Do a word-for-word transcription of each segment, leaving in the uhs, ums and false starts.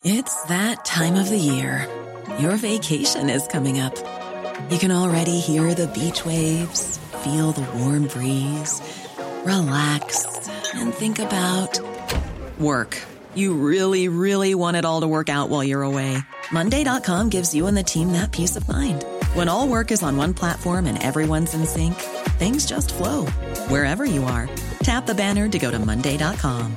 It's that time of the year. Your vacation is coming up. You can already hear the beach waves, feel the warm breeze, relax, and think about work. You really, really want it all to work out while you're away. Monday dot com gives you and the team that peace of mind. When all work is on one platform and everyone's in sync, things just flow. Wherever you are, tap the banner to go to Monday dot com.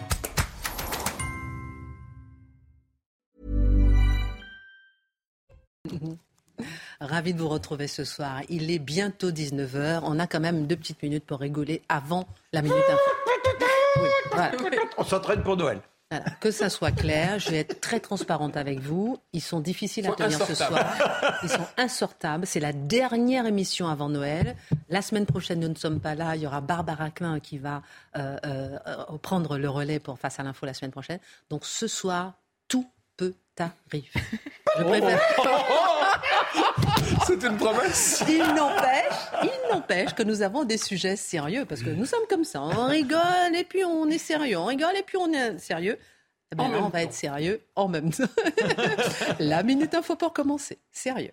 Ravi de vous retrouver ce soir. Il est bientôt dix-neuf heures. On a quand même deux petites minutes pour rigoler avant la minute info. Oui, voilà. On s'entraîne pour Noël. Voilà. Que ça soit clair, je vais être très transparente avec vous. Ils sont difficiles à tenir ce soir. Ils sont insortables. C'est la dernière émission avant Noël. La semaine prochaine, nous ne sommes pas là. Il y aura Barbara Klein qui va euh, euh, prendre le relais pour Face à l'info la semaine prochaine. Donc ce soir, tout peut arriver. Je préfère... C'est une promesse. Il n'empêche, il n'empêche que nous avons des sujets sérieux, parce que nous sommes comme ça. On rigole et puis on est sérieux. On rigole et puis on est sérieux. Eh bien, là, on va être sérieux en même temps. La minute info pour commencer. Sérieux.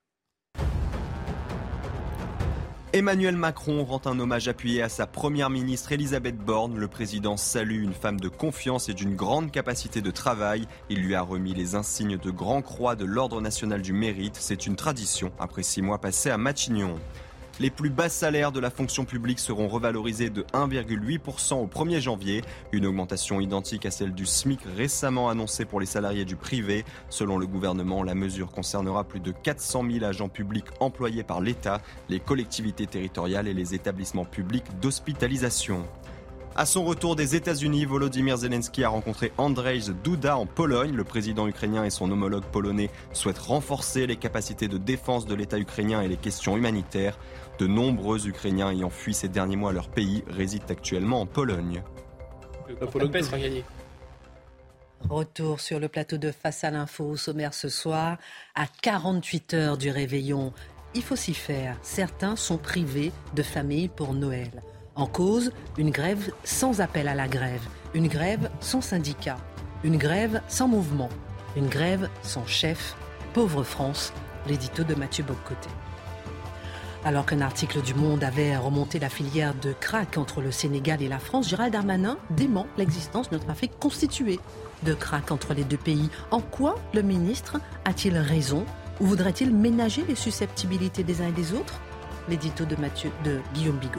Emmanuel Macron rend un hommage appuyé à sa première ministre Elisabeth Borne. Le président salue une femme de confiance et d'une grande capacité de travail. Il lui a remis les insignes de Grand Croix de l'Ordre national du mérite. C'est une tradition après six mois passés à Matignon. Les plus bas salaires de la fonction publique seront revalorisés de un virgule huit pour cent au premier janvier. Une augmentation identique à celle du SMIC récemment annoncée pour les salariés du privé. Selon le gouvernement, la mesure concernera plus de quatre cent mille agents publics employés par l'État, les collectivités territoriales et les établissements publics d'hospitalisation. À son retour des États-Unis, Volodymyr Zelensky a rencontré Andrzej Duda en Pologne. Le président ukrainien et son homologue polonais souhaitent renforcer les capacités de défense de l'État ukrainien et les questions humanitaires. De nombreux Ukrainiens ayant fui ces derniers mois leur pays résident actuellement en Pologne. La Pologne sera gagnée. Retour sur le plateau de Face à l'info au sommaire ce soir. À quarante-huit heures du réveillon, il faut s'y faire. Certains sont privés de famille pour Noël. En cause, une grève sans appel à la grève, une grève sans syndicat, une grève sans mouvement, une grève sans chef. Pauvre France, l'édito de Mathieu Bock-Côté. Alors qu'un article du Monde avait remonté la filière de crack entre le Sénégal et la France, Gérald Darmanin dément l'existence d'un trafic constitué de crack entre les deux pays. En quoi le ministre a-t-il raison ou voudrait-il ménager les susceptibilités des uns et des autres ? L'édito de, Mathieu, de Guillaume Bigot.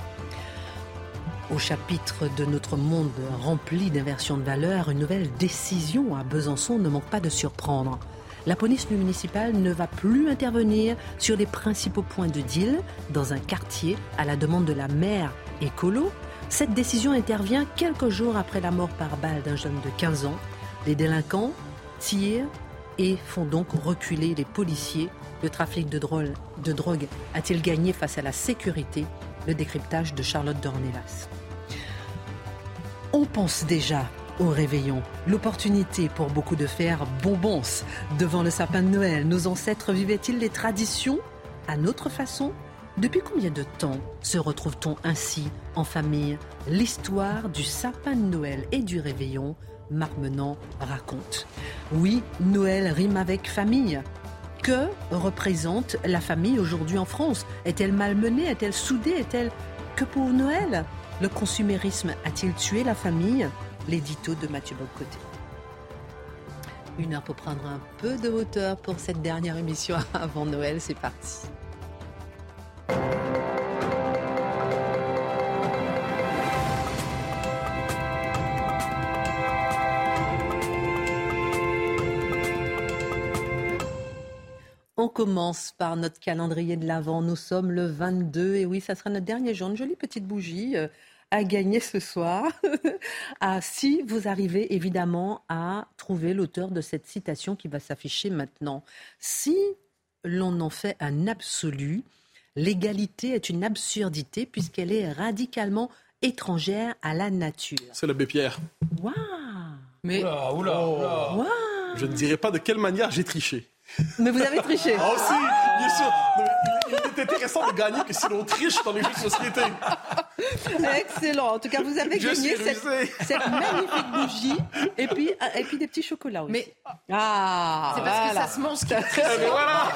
Au chapitre de notre monde rempli d'inversions de valeurs, une nouvelle décision à Besançon ne manque pas de surprendre. La police municipale ne va plus intervenir sur les principaux points de deal dans un quartier à la demande de la maire écolo. Cette décision intervient quelques jours après la mort par balle d'un jeune de quinze ans. Les délinquants tirent et font donc reculer les policiers. Le trafic de drogue, de drogue a-t-il gagné face à la sécurité ? Le décryptage de Charlotte Dornelas. On pense déjà au réveillon. L'opportunité pour beaucoup de faire bonbons devant le sapin de Noël. Nos ancêtres vivaient-ils les traditions à notre façon ? Depuis combien de temps se retrouve-t-on ainsi en famille ? L'histoire du sapin de Noël et du réveillon, Marc Menant raconte. Oui, Noël rime avec famille. Que représente la famille aujourd'hui en France ? Est-elle malmenée ? Est-elle soudée ? Est-elle que pour Noël ? Le consumérisme a-t-il tué la famille ? L'édito de Mathieu Bock-Côté. Une heure pour prendre un peu de hauteur pour cette dernière émission avant Noël. C'est parti. On commence par notre calendrier de l'Avent. Nous sommes le vingt-deux et oui, ça sera notre dernier jour. Une jolie petite bougie euh, à gagner ce soir. ah, si vous arrivez évidemment à trouver l'auteur de cette citation qui va s'afficher maintenant. Si l'on en fait un absolu, l'égalité est une absurdité puisqu'elle est radicalement étrangère à la nature. C'est l'abbé Pierre. Waouh! Mais oula, oula, oula. Wow. Je ne dirai pas de quelle manière j'ai triché. Mais vous avez triché. Ah aussi, bien sûr. Non, il, il est intéressant de gagner que si l'on triche dans les jeux de société. Excellent. En tout cas, vous avez Je gagné suis cette, cette magnifique bougie et puis, et puis des petits chocolats aussi. Mais ah, c'est parce voilà. que ça se mange. Mais voilà.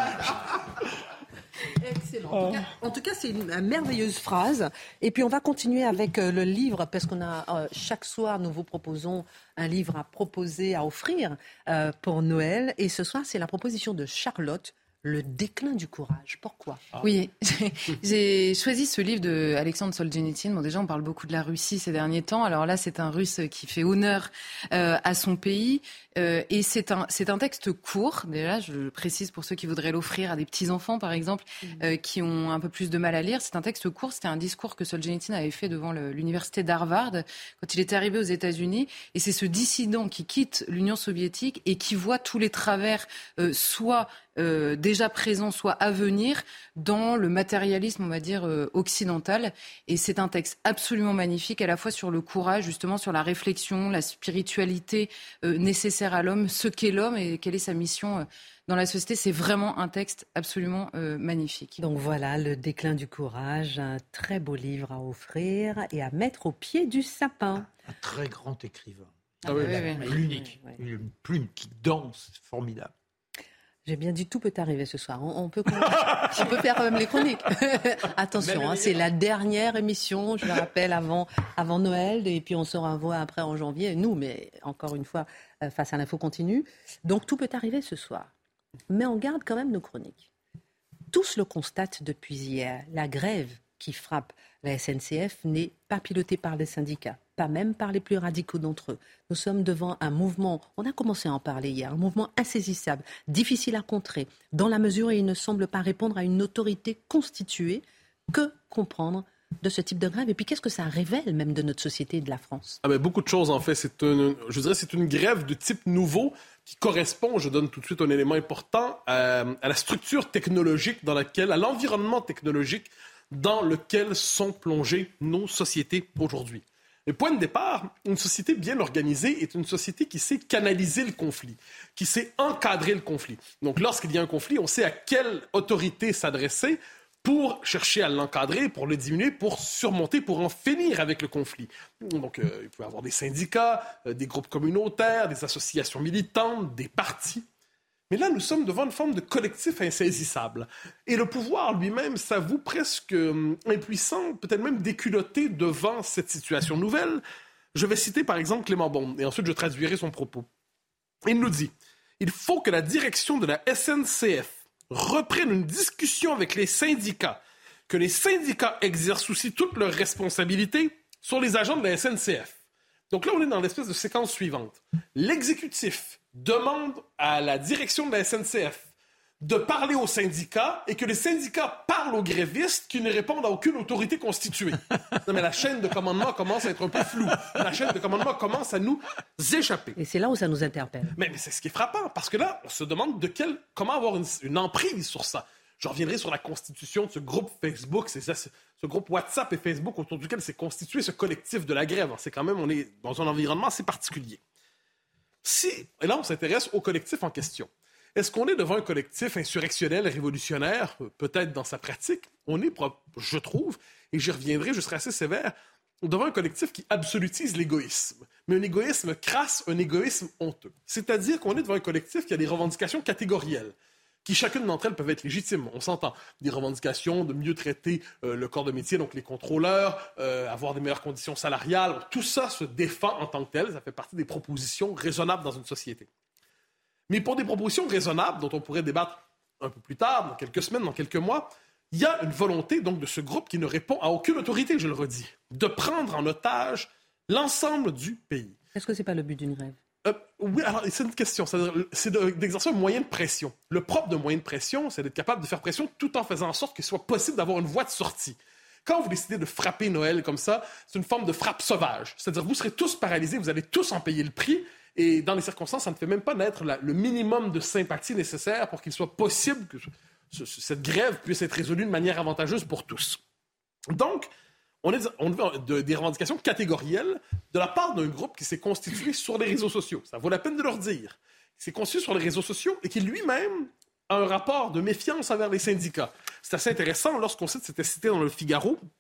Excellent. En tout cas, en tout cas, c'est une, une merveilleuse phrase. Et puis, on va continuer avec euh, le livre, parce qu'on a euh, chaque soir, nous vous proposons un livre à proposer, à offrir euh, pour Noël. Et ce soir, c'est la proposition de Charlotte. Le déclin du courage. Pourquoi ? Oui, j'ai, j'ai choisi ce livre de Alexandre Solzhenitsyn. Bon, déjà, on parle beaucoup de la Russie ces derniers temps. Alors là, c'est un Russe qui fait honneur euh, à son pays. Euh, et c'est un, c'est un texte court. Déjà, je précise pour ceux qui voudraient l'offrir à des petits-enfants, par exemple, euh, qui ont un peu plus de mal à lire. C'est un texte court. C'était un discours que Solzhenitsyn avait fait devant le, l'université d'Harvard quand il était arrivé aux États-Unis. Et c'est ce dissident qui quitte l'Union soviétique et qui voit tous les travers, euh, soit Euh, déjà présent, soit à venir dans le matérialisme, on va dire, euh, occidental. Et c'est un texte absolument magnifique, à la fois sur le courage, justement, sur la réflexion, la spiritualité euh, nécessaire à l'homme, ce qu'est l'homme et quelle est sa mission euh, dans la société. C'est vraiment un texte absolument euh, magnifique. Donc voilà, Le déclin du courage, un très beau livre à offrir et à mettre au pied du sapin. Un très grand écrivain. Ah oui, oui, oui. Une plume, Ouais. une plume qui danse, c'est formidable. J'ai bien dit, tout peut arriver ce soir. On, on peut, on peut faire même les chroniques. Attention, hein, c'est la dernière émission, je le rappelle, avant, avant Noël. Et puis on se revoit après en janvier. Nous, mais encore une fois, euh, face à l'info continue. Donc tout peut arriver ce soir. Mais on garde quand même nos chroniques. Tous le constatent depuis hier. La grève qui frappe la S N C F n'est pas pilotée par les syndicats, pas même par les plus radicaux d'entre eux. Nous sommes devant un mouvement, on a commencé à en parler hier, un mouvement insaisissable, difficile à contrer, dans la mesure où il ne semble pas répondre à une autorité constituée. Que comprendre de ce type de grève? Et puis qu'est-ce que ça révèle même de notre société et de la France? Ah ben, beaucoup de choses, en fait. C'est une, je dirais c'est une grève de type nouveau qui correspond, je donne tout de suite un élément important, à, à la structure technologique dans laquelle, à l'environnement technologique dans lequel sont plongées nos sociétés aujourd'hui. Le point de départ, une société bien organisée est une société qui sait canaliser le conflit, qui sait encadrer le conflit. Donc, lorsqu'il y a un conflit, on sait à quelle autorité s'adresser pour chercher à l'encadrer, pour le diminuer, pour surmonter, pour en finir avec le conflit. Donc, euh, il peut y avoir des syndicats, euh, des groupes communautaires, des associations militantes, des partis. Mais là, nous sommes devant une forme de collectif insaisissable. Et le pouvoir lui-même s'avoue presque euh, impuissant, peut-être même déculotté devant cette situation nouvelle. Je vais citer par exemple Clément Beaune, et ensuite je traduirai son propos. Il nous dit « Il faut que la direction de la S N C F reprenne une discussion avec les syndicats, que les syndicats exercent aussi toutes leurs responsabilités sur les agents de la S N C F. » Donc là, on est dans l'espèce de séquence suivante. L'exécutif demande à la direction de la S N C F de parler aux syndicats et que les syndicats parlent aux grévistes qui ne répondent à aucune autorité constituée. Non, mais la chaîne de commandement commence à être un peu floue. La chaîne de commandement commence à nous échapper. Et c'est là où ça nous interpelle. Mais, mais c'est ce qui est frappant, parce que là, on se demande de quel, comment avoir une, une emprise sur ça. Je reviendrai sur la constitution de ce groupe Facebook, c'est ça, ce groupe WhatsApp et Facebook autour duquel s'est constitué ce collectif de la grève. C'est quand même, on est dans un environnement assez particulier. Si, et là, on s'intéresse au collectif en question. Est-ce qu'on est devant un collectif insurrectionnel, révolutionnaire, peut-être dans sa pratique? On est, je trouve, et j'y reviendrai, je serai assez sévère, devant un collectif qui absolutise l'égoïsme. Mais un égoïsme crasse, un égoïsme honteux. C'est-à-dire qu'on est devant un collectif qui a des revendications catégorielles, qui chacune d'entre elles peuvent être légitimes, on s'entend. Des revendications de mieux traiter euh, le corps de métier, donc les contrôleurs, euh, avoir des meilleures conditions salariales, tout ça se défend en tant que tel, ça fait partie des propositions raisonnables dans une société. Mais pour des propositions raisonnables, dont on pourrait débattre un peu plus tard, dans quelques semaines, dans quelques mois, il y a une volonté donc de ce groupe qui ne répond à aucune autorité, je le redis, de prendre en otage l'ensemble du pays. Est-ce que ce n'est pas le but d'une grève? Euh, oui, alors c'est une question. C'est-à-dire, c'est de, d'exercer un moyen de pression. Le propre d'un moyen de pression, c'est d'être capable de faire pression tout en faisant en sorte qu'il soit possible d'avoir une voie de sortie. Quand vous décidez de frapper Noël comme ça, c'est une forme de frappe sauvage. C'est-à-dire vous serez tous paralysés, vous allez tous en payer le prix, et dans les circonstances, ça ne fait même pas naître la, le minimum de sympathie nécessaire pour qu'il soit possible que ce, ce, cette grève puisse être résolue de manière avantageuse pour tous. Donc, on est, on est de, des revendications catégorielles de la part d'un groupe qui s'est constitué sur les réseaux sociaux. Ça vaut la peine de leur dire. Il s'est constitué sur les réseaux sociaux et qui lui-même a un rapport de méfiance envers les syndicats. C'est assez intéressant lorsqu'on sait que c'était cité dans le Figaro.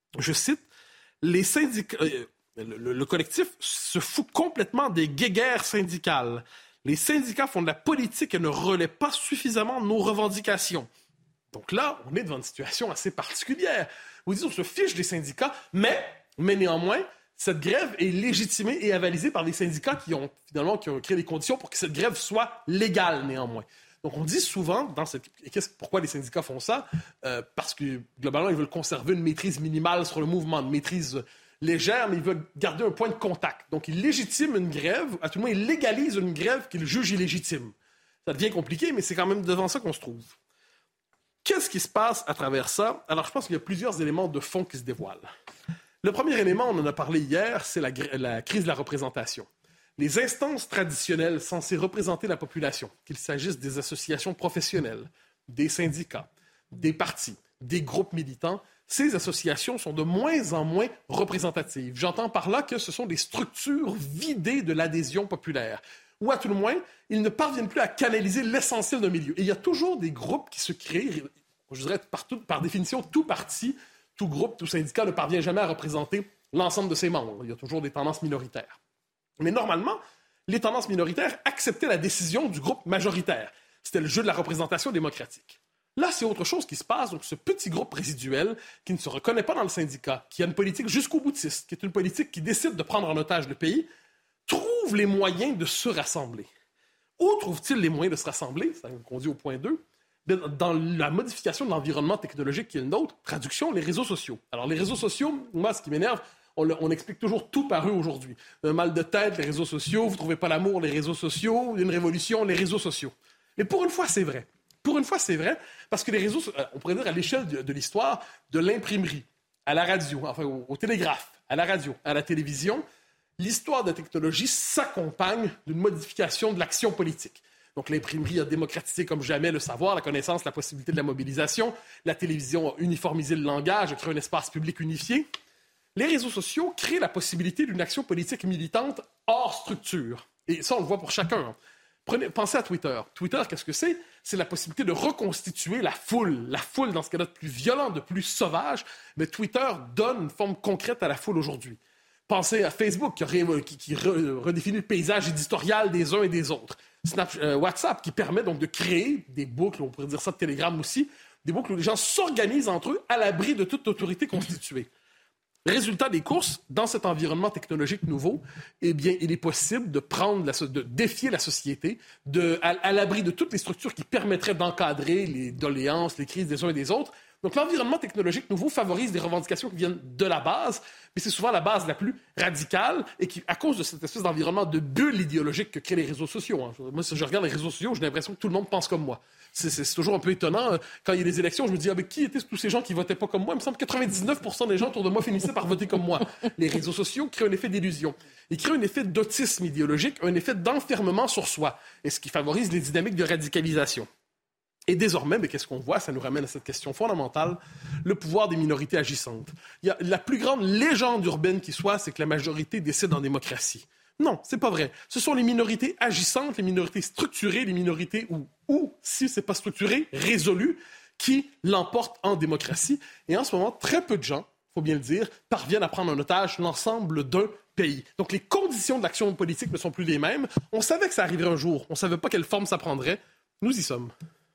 je cite, les syndicats, euh, le, le, le collectif se fout complètement des guéguerres syndicales. Les syndicats font de la politique et ne relaient pas suffisamment nos revendications. Donc là, on est devant une situation assez particulière. Vous dites, on se fiche des syndicats, mais, mais néanmoins, cette grève est légitimée et avalisée par des syndicats qui ont finalement qui ont créé les conditions pour que cette grève soit légale néanmoins. Donc on dit souvent, dans cette... et qu'est-ce... pourquoi les syndicats font ça? Euh, parce que globalement, ils veulent conserver une maîtrise minimale sur le mouvement, une maîtrise légère, mais ils veulent garder un point de contact. Donc ils légitiment une grève, à tout le moins ils légalisent une grève qu'ils jugent illégitime. Ça devient compliqué, mais c'est quand même devant ça qu'on se trouve. Qu'est-ce qui se passe à travers ça? Alors je pense qu'il y a plusieurs éléments de fond qui se dévoilent. Le premier élément, on en a parlé hier, c'est la, la crise de la représentation. Les instances traditionnelles censées représenter la population, qu'il s'agisse des associations professionnelles, des syndicats, des partis, des groupes militants, ces associations sont de moins en moins représentatives. J'entends par là que ce sont des structures vidées de l'adhésion populaire, ou à tout le moins, ils ne parviennent plus à canaliser l'essentiel d'un milieu. Et il y a toujours des groupes qui se créent, je dirais par, tout, par définition, tout parti, tout groupe, tout syndicat ne parvient jamais à représenter l'ensemble de ses membres. Il y a toujours des tendances minoritaires. Mais normalement, les tendances minoritaires acceptaient la décision du groupe majoritaire. C'était le jeu de la représentation démocratique. Là, c'est autre chose qui se passe. Donc, ce petit groupe résiduel qui ne se reconnaît pas dans le syndicat, qui a une politique jusqu'au boutiste, qui est une politique qui décide de prendre en otage le pays, trouve les moyens de se rassembler. Où trouve-t-il les moyens de se rassembler? Ça nous conduit au point deux. Dans la modification de l'environnement technologique qui est le nôtre, traduction, les réseaux sociaux. Alors, les réseaux sociaux, moi, ce qui m'énerve, On, le, on explique toujours tout par eux aujourd'hui. Un mal de tête, les réseaux sociaux, vous ne trouvez pas l'amour, les réseaux sociaux, une révolution, les réseaux sociaux. Mais pour une fois, c'est vrai. Pour une fois, c'est vrai, parce que les réseaux, on pourrait dire à l'échelle de, de l'histoire, de l'imprimerie, à la radio, enfin au, au télégraphe, à la radio, à la télévision, l'histoire de la technologie s'accompagne d'une modification de l'action politique. Donc l'imprimerie a démocratisé comme jamais le savoir, la connaissance, la possibilité de la mobilisation. La télévision a uniformisé le langage, a créé un espace public unifié. Les réseaux sociaux créent la possibilité d'une action politique militante hors structure. Et ça, on le voit pour chacun. Prenez, pensez à Twitter. Twitter, qu'est-ce que c'est? C'est la possibilité de reconstituer la foule. La foule, dans ce cas-là, de plus violent, de plus sauvage. Mais Twitter donne une forme concrète à la foule aujourd'hui. Pensez à Facebook, qui, ré, qui, qui re, redéfinit le paysage éditorial des uns et des autres. Snap, euh, WhatsApp, qui permet donc de créer des boucles, on pourrait dire ça de Telegram aussi, des boucles où les gens s'organisent entre eux à l'abri de toute autorité constituée. Résultat des courses, dans cet environnement technologique nouveau, eh bien, il est possible de prendre, la, de défier la société de, à, à l'abri de toutes les structures qui permettraient d'encadrer les doléances, les crises des uns et des autres. Donc, l'environnement technologique nouveau favorise des revendications qui viennent de la base, mais c'est souvent la base la plus radicale et qui, à cause de cette espèce d'environnement de bulle idéologique que créent les réseaux sociaux. Hein. Moi, si je regarde les réseaux sociaux, j'ai l'impression que tout le monde pense comme moi. C'est, c'est, c'est toujours un peu étonnant. Quand il y a des élections, je me dis, ah, mais qui étaient tous ces gens qui votaient pas comme moi? Il me semble que quatre-vingt-dix-neuf pour cent des gens autour de moi finissaient par voter comme moi. Les réseaux sociaux créent un effet d'illusion. Ils créent un effet d'autisme idéologique, un effet d'enfermement sur soi, et ce qui favorise les dynamiques de radicalisation. Et désormais, mais qu'est-ce qu'on voit? Ça nous ramène à cette question fondamentale, le pouvoir des minorités agissantes. Il y a la plus grande légende urbaine qui soit, c'est que la majorité décide en démocratie. Non, c'est pas vrai. Ce sont les minorités agissantes, les minorités structurées, les minorités où, ou si c'est pas structuré, résolues, qui l'emportent en démocratie. Et en ce moment, très peu de gens, il faut bien le dire, parviennent à prendre en otage l'ensemble d'un pays. Donc les conditions de l'action politique ne sont plus les mêmes. On savait que ça arriverait un jour. On savait pas quelle forme ça prendrait. Nous y sommes.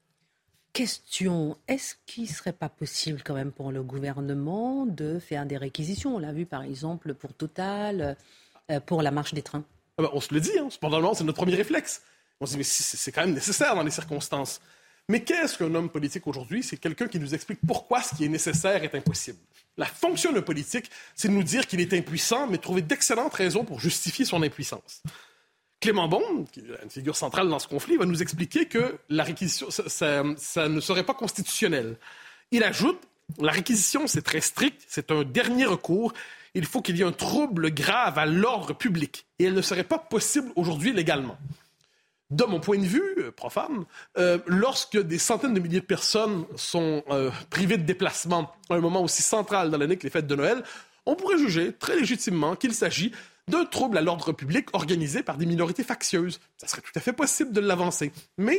Question, est-ce qu'il ne serait pas possible quand même pour le gouvernement de faire des réquisitions? On l'a vu par exemple pour Total, euh, pour la marche des trains. Ah ben, on se le dit, hein. Cependant, c'est notre premier réflexe. On se dit, mais c'est, c'est quand même nécessaire dans les circonstances. Mais qu'est-ce qu'un homme politique aujourd'hui? C'est quelqu'un qui nous explique pourquoi ce qui est nécessaire est impossible. La fonction d'un politique, c'est de nous dire qu'il est impuissant, mais de trouver d'excellentes raisons pour justifier son impuissance. Clément Beaune, qui est une figure centrale dans ce conflit, va nous expliquer que la réquisition, ça, ça, ça ne serait pas constitutionnel. Il ajoute, la réquisition, c'est très strict, c'est un dernier recours. Il faut qu'il y ait un trouble grave à l'ordre public. Et elle ne serait pas possible aujourd'hui légalement. De mon point de vue, profane, euh, lorsque des centaines de milliers de personnes sont euh, privées de déplacement à un moment aussi central dans l'année que les fêtes de Noël, on pourrait juger très légitimement qu'il s'agit d'un trouble à l'ordre public organisé par des minorités factieuses. Ça serait tout à fait possible de l'avancer. Mais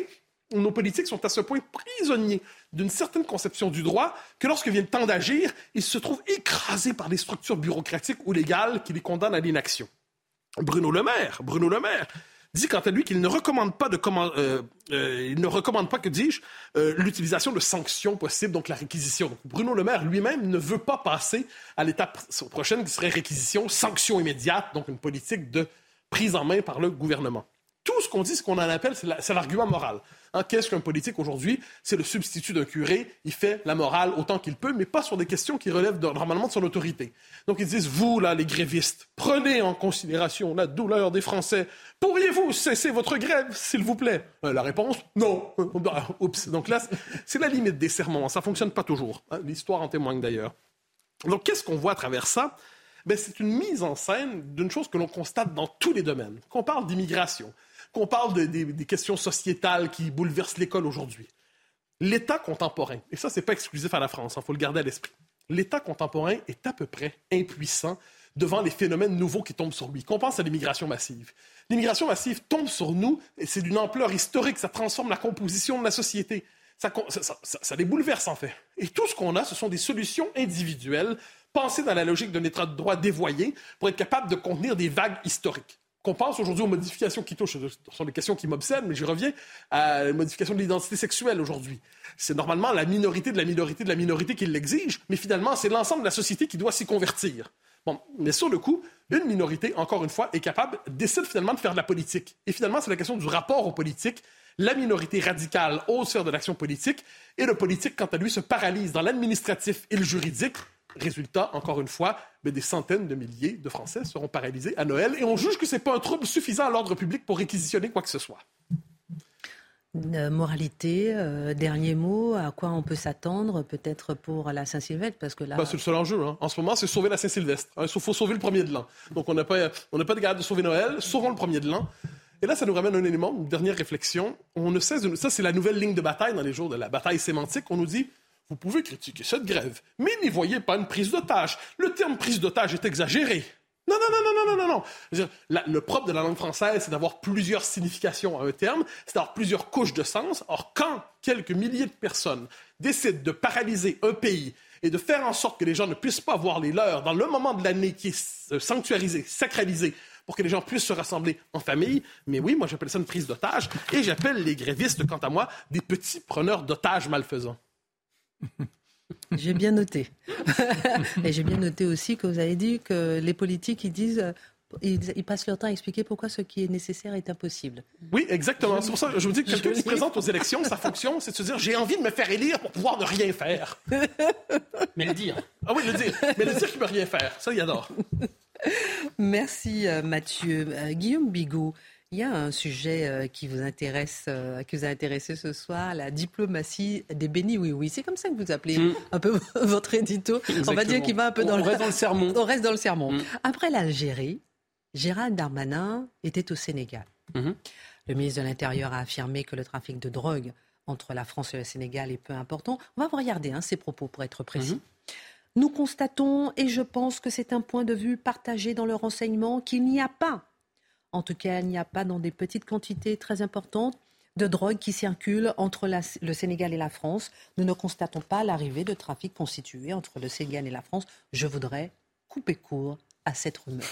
nos politiques sont à ce point prisonniers d'une certaine conception du droit que lorsque vient le temps d'agir, ils se trouvent écrasés par des structures bureaucratiques ou légales qui les condamnent à l'inaction. Bruno Le Maire, Bruno Le Maire dit quant à lui qu'il ne recommande pas de comment, euh, euh, il ne recommande pas, que dis-je, euh, l'utilisation de sanctions possibles, donc la réquisition. Donc, Bruno Le Maire lui-même ne veut pas passer à l'étape prochaine qui serait réquisition, sanction immédiate, donc une politique de prise en main par le gouvernement. Tout ce qu'on dit, ce qu'on en appelle, c'est, la, c'est l'argument moral. Hein, qu'est-ce qu'un politique aujourd'hui? C'est le substitut d'un curé. Il fait la morale autant qu'il peut, mais pas sur des questions qui relèvent de, normalement de son autorité. Donc ils disent, vous, là, les grévistes, prenez en considération la douleur des Français. Pourriez-vous cesser votre grève, s'il vous plaît? euh, La réponse, non. Oups. Donc là, c'est la limite des sermons. Ça ne fonctionne pas toujours. Hein, l'histoire en témoigne d'ailleurs. Donc qu'est-ce qu'on voit à travers ça? Ben, c'est une mise en scène d'une chose que l'on constate dans tous les domaines. Qu'on parle d'immigration, qu'on parle de, de, des questions sociétales qui bouleversent l'école aujourd'hui. L'État contemporain, et ça, c'est pas exclusif à la France, il hein, faut le garder à l'esprit, l'État contemporain est à peu près impuissant devant les phénomènes nouveaux qui tombent sur lui. Qu'on pense à l'immigration massive. L'immigration massive tombe sur nous, et c'est d'une ampleur historique, ça transforme la composition de la société. Ça, ça, ça, ça, ça les bouleverse, en fait. Et tout ce qu'on a, ce sont des solutions individuelles pensées dans la logique d'un État de droit dévoyé pour être capable de contenir des vagues historiques. Qu'on pense aujourd'hui aux modifications qui touchent, ce sont des questions qui m'obsèdent, mais j'y reviens, à la modification de l'identité sexuelle aujourd'hui. C'est normalement la minorité de la minorité de la minorité qui l'exige, mais finalement, c'est l'ensemble de la société qui doit s'y convertir. Bon, mais sur le coup, une minorité, encore une fois, est capable, décide finalement de faire de la politique. Et finalement, c'est la question du rapport aux politiques. La minorité radicale ose faire de l'action politique, et le politique, quant à lui, se paralyse dans l'administratif et le juridique. Résultat, encore une fois, mais des centaines de milliers de Français seront paralysés à Noël et on juge que ce n'est pas un trouble suffisant à l'ordre public pour réquisitionner quoi que ce soit. Euh, moralité, euh, dernier mot, à quoi on peut s'attendre peut-être pour la Saint-Sylvestre parce que là... Ben, c'est le seul enjeu. Hein. En ce moment, c'est sauver la Saint-Sylvestre. Il hein, faut sauver le premier de l'an. Donc on n'a pas, on n'a pas de garde de sauver Noël, sauvons le premier de l'an. Et là, ça nous ramène un élément, une dernière réflexion. On ne cesse de... Ça, c'est la nouvelle ligne de bataille dans les jours de la bataille sémantique. On nous dit... Vous pouvez critiquer cette grève, mais n'y voyez pas une prise d'otage. Le terme prise d'otage est exagéré. Non, non, non, non, non, non, non, non. La, le propre de la langue française, c'est d'avoir plusieurs significations à un terme, c'est d'avoir plusieurs couches de sens. Or, quand quelques milliers de personnes décident de paralyser un pays et de faire en sorte que les gens ne puissent pas voir les leurs dans le moment de l'année qui est sanctuarisé, sacralisé, pour que les gens puissent se rassembler en famille. Mais oui, moi, j'appelle ça une prise d'otage. Et j'appelle les grévistes, quant à moi, des petits preneurs d'otages malfaisants. J'ai bien noté. Et j'ai bien noté aussi que vous avez dit que les politiques, ils disent, ils, ils passent leur temps à expliquer pourquoi ce qui est nécessaire est impossible. Oui, exactement. C'est pour ça que je vous dis que quelqu'un qui se présente aux élections, sa fonction, c'est de se dire, j'ai envie de me faire élire pour pouvoir ne rien faire. Mais le dire. Ah oui, le dire. Mais le dire qu'il ne peut rien faire. Ça, il adore. Merci Mathieu. Euh, Guillaume Bigot. Il y a un sujet euh, qui vous intéresse, euh, qui vous a intéressé ce soir, la diplomatie des bénis oui-oui. C'est comme ça que vous appelez mmh. un peu votre édito. Exactement. On va dire qu'il va un peu on, dans, on le... reste dans le sermon. On reste dans le sermon. Mmh. Après l'Algérie, Gérald Darmanin était au Sénégal. Mmh. Le ministre de l'Intérieur a affirmé que le trafic de drogue entre la France et le Sénégal est peu important. On va regarder hein, ses propos pour être précis. Mmh. Nous constatons, et je pense que c'est un point de vue partagé dans le renseignement, qu'il n'y a pas En tout cas, il n'y a pas dans des petites quantités très importantes de drogue qui circulent entre la, le Sénégal et la France. Nous ne constatons pas l'arrivée de trafic constitué entre le Sénégal et la France. Je voudrais couper court à cette rumeur.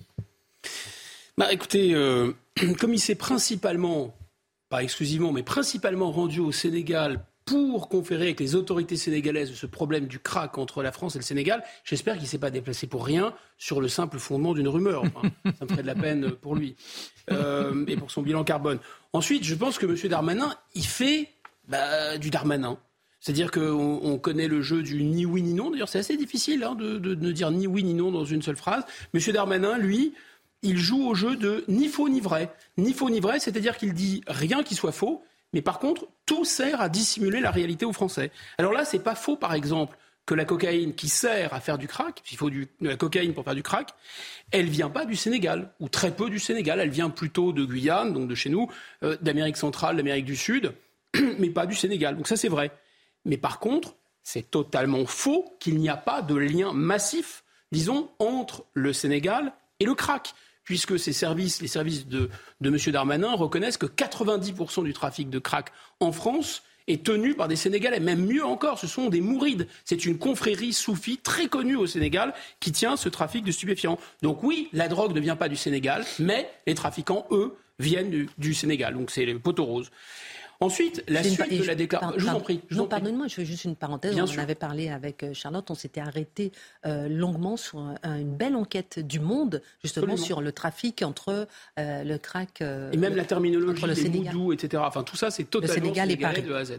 Bah, écoutez, euh, comme il s'est principalement, pas exclusivement, mais principalement rendu au Sénégal pour conférer avec les autorités sénégalaises ce problème du crack entre la France et le Sénégal, j'espère qu'il ne s'est pas déplacé pour rien sur le simple fondement d'une rumeur. Enfin, ça me ferait de la peine pour lui euh, et pour son bilan carbone. Ensuite, je pense que M. Darmanin, il fait bah, du Darmanin. C'est-à-dire qu'on on connaît le jeu du ni oui ni non. D'ailleurs, c'est assez difficile hein, de, de, de dire ni oui ni non dans une seule phrase. M. Darmanin, lui, il joue au jeu de ni faux ni vrai. Ni faux ni vrai, c'est-à-dire qu'il dit rien qui soit faux. Mais par contre, tout sert à dissimuler la réalité aux Français. Alors là, c'est pas faux, par exemple, que la cocaïne qui sert à faire du crack, il faut du, de la cocaïne pour faire du crack, elle vient pas du Sénégal, ou très peu du Sénégal. Elle vient plutôt de Guyane, donc de chez nous, euh, d'Amérique centrale, d'Amérique du Sud, mais pas du Sénégal. Donc ça, c'est vrai. Mais par contre, c'est totalement faux qu'il n'y a pas de lien massif, disons, entre le Sénégal et le crack. puisque ces services, les services de, de M. Darmanin reconnaissent que quatre-vingt-dix pour cent du trafic de crack en France est tenu par des Sénégalais. Même mieux encore, ce sont des mourides. C'est une confrérie soufie très connue au Sénégal qui tient ce trafic de stupéfiants. Donc oui, la drogue ne vient pas du Sénégal, mais les trafiquants, eux, viennent du, du Sénégal. Donc c'est les poteaux roses. Ensuite, la C'est suite une... de la déclaration... Je vous en prie. Je non, vous en prie. pardonnez-moi, je fais juste une parenthèse. Bien on sûr. en avait parlé avec Charlotte. On s'était arrêté euh, longuement sur un, une belle enquête du Monde, justement, Absolument. sur le trafic entre euh, le crack... Euh, Et même la terminologie, le les Sénégal. moudous, et cetera. Enfin, tout ça, c'est totalement Sénégal et sénégalais Paris. de A à Z.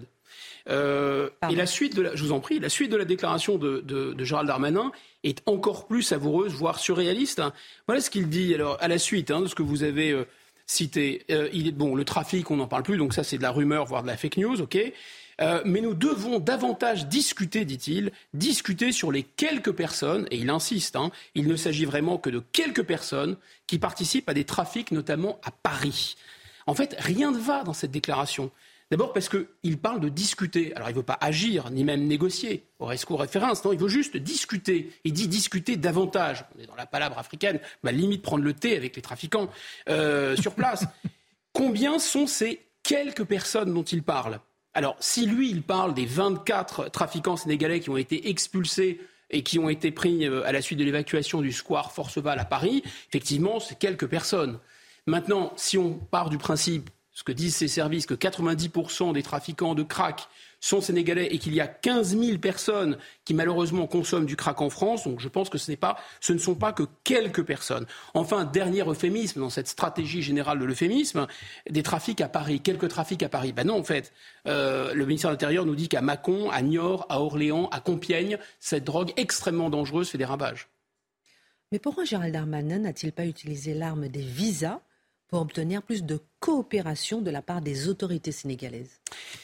Euh, et la suite de la, je vous en prie, la suite de la déclaration de, de, de Gérald Darmanin est encore plus savoureuse, voire surréaliste. Hein. Voilà ce qu'il dit alors à la suite hein, de ce que vous avez euh, cité. Euh, il est bon, le trafic, on n'en parle plus, donc ça c'est de la rumeur, voire de la fake news, ok. Euh, mais nous devons davantage discuter, dit-il, discuter sur les quelques personnes, et il insiste, hein, il ne s'agit vraiment que de quelques personnes qui participent à des trafics, notamment à Paris. En fait, rien ne va dans cette déclaration. D'abord parce qu'il parle de discuter. Alors il ne veut pas agir, ni même négocier au rescousse référence. Non, il veut juste discuter. Il dit discuter davantage. On est dans la palabre africaine, bah, limite prendre le thé avec les trafiquants euh, sur place. Combien sont ces quelques personnes dont il parle ? Alors si lui, il parle des vingt-quatre trafiquants sénégalais qui ont été expulsés et qui ont été pris à la suite de l'évacuation du square Forceval à Paris, effectivement, c'est quelques personnes. Maintenant, si on part du principe, ce que disent ces services, que quatre-vingt-dix pour cent des trafiquants de crack sont sénégalais et qu'il y a quinze mille personnes qui malheureusement consomment du crack en France, donc je pense que ce n'est pas, ce ne sont pas que quelques personnes. Enfin, dernier euphémisme dans cette stratégie générale de l'euphémisme, des trafics à Paris. Quelques trafics à Paris. Ben non, en fait, euh, le ministère de l'Intérieur nous dit qu'à Mâcon, à Niort, à Orléans, à Compiègne, cette drogue extrêmement dangereuse fait des ravages. Mais pourquoi Gérald Darmanin n'a-t-il pas utilisé l'arme des visas pour obtenir plus de coopération de la part des autorités sénégalaises ?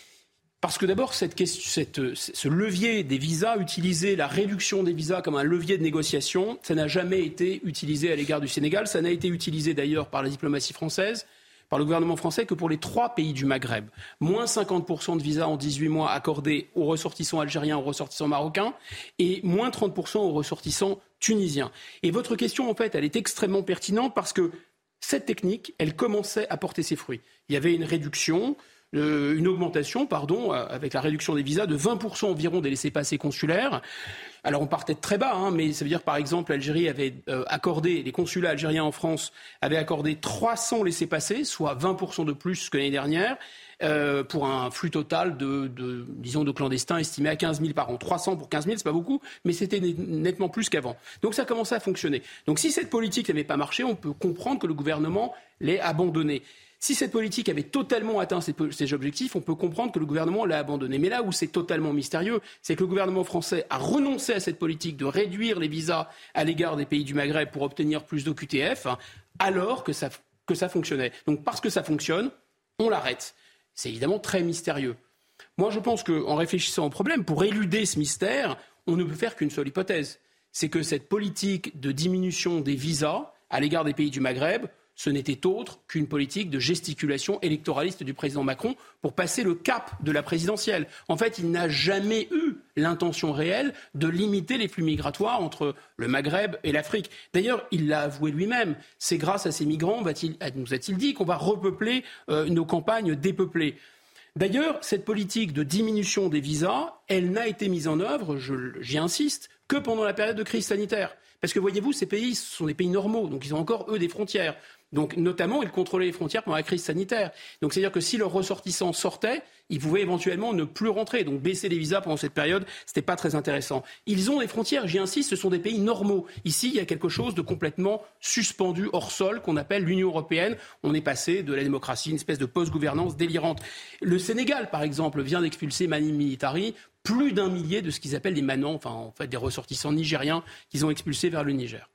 Parce que d'abord, cette question, cette, ce levier des visas, utiliser la réduction des visas comme un levier de négociation, ça n'a jamais été utilisé à l'égard du Sénégal. Ça n'a été utilisé d'ailleurs par la diplomatie française, par le gouvernement français, que pour les trois pays du Maghreb. Moins cinquante pour cent de visas en dix-huit mois accordés aux ressortissants algériens, aux ressortissants marocains, et moins trente pour cent aux ressortissants tunisiens. Et votre question, en fait, elle est extrêmement pertinente parce que cette technique, elle commençait à porter ses fruits. Il y avait une réduction, euh, une augmentation, pardon, euh, avec la réduction des visas de vingt pour cent environ des laissez-passer consulaires. Alors on partait de très bas, hein, mais ça veut dire par exemple l'Algérie avait euh, accordé, les consulats algériens en France avaient accordé trois cents laissez-passer, soit vingt pour cent de plus que l'année dernière, euh, pour un flux total de, de, disons, de clandestins estimé à quinze mille par an. trois cents pour quinze mille, c'est pas beaucoup, mais c'était nettement plus qu'avant. Donc ça commençait à fonctionner. Donc si cette politique n'avait pas marché, on peut comprendre que le gouvernement l'ait abandonnée. Si cette politique avait totalement atteint ses, ses objectifs, on peut comprendre que le gouvernement l'a abandonné. Mais là où c'est totalement mystérieux, c'est que le gouvernement français a renoncé à cette politique de réduire les visas à l'égard des pays du Maghreb pour obtenir plus d'O Q T F, hein, alors que ça, que ça fonctionnait. Donc parce que ça fonctionne, on l'arrête. C'est évidemment très mystérieux. Moi, je pense qu'en réfléchissant au problème, pour éluder ce mystère, on ne peut faire qu'une seule hypothèse. C'est que cette politique de diminution des visas à l'égard des pays du Maghreb, ce n'était autre qu'une politique de gesticulation électoraliste du président Macron pour passer le cap de la présidentielle. En fait, il n'a jamais eu l'intention réelle de limiter les flux migratoires entre le Maghreb et l'Afrique. D'ailleurs, il l'a avoué lui-même. C'est grâce à ces migrants, va-t-il, nous a-t-il dit, qu'on va repeupler euh, nos campagnes dépeuplées. D'ailleurs, cette politique de diminution des visas, elle n'a été mise en œuvre, je, j'y insiste, que pendant la période de crise sanitaire. Parce que voyez-vous, ces pays ce sont des pays normaux, donc ils ont encore, eux, des frontières. Donc, notamment, ils contrôlaient les frontières pendant la crise sanitaire. Donc, c'est-à-dire que si leurs ressortissants sortaient, ils pouvaient éventuellement ne plus rentrer. Donc, baisser les visas pendant cette période, c'était pas très intéressant. Ils ont des frontières, j'y insiste, ce sont des pays normaux. Ici, il y a quelque chose de complètement suspendu, hors sol, qu'on appelle l'Union européenne. On est passé de la démocratie, une espèce de post-gouvernance délirante. Le Sénégal, par exemple, vient d'expulser Mani Militari, plus d'un millier de ce qu'ils appellent des manants, enfin, en fait, des ressortissants nigériens qu'ils ont expulsés vers le Niger.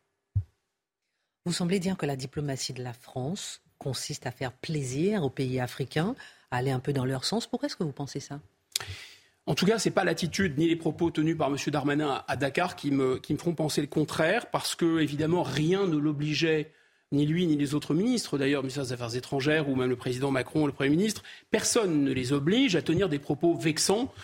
Vous semblez dire que la diplomatie de la France consiste à faire plaisir aux pays africains, à aller un peu dans leur sens. Pourquoi est-ce que vous pensez ça ? En tout cas, ce n'est pas l'attitude ni les propos tenus par M. Darmanin à Dakar qui me, qui me feront penser le contraire, parce que, évidemment, rien ne l'obligeait, ni lui ni les autres ministres, d'ailleurs, le ministre des Affaires étrangères ou même le président Macron, le Premier ministre, personne ne les oblige à tenir des propos vexants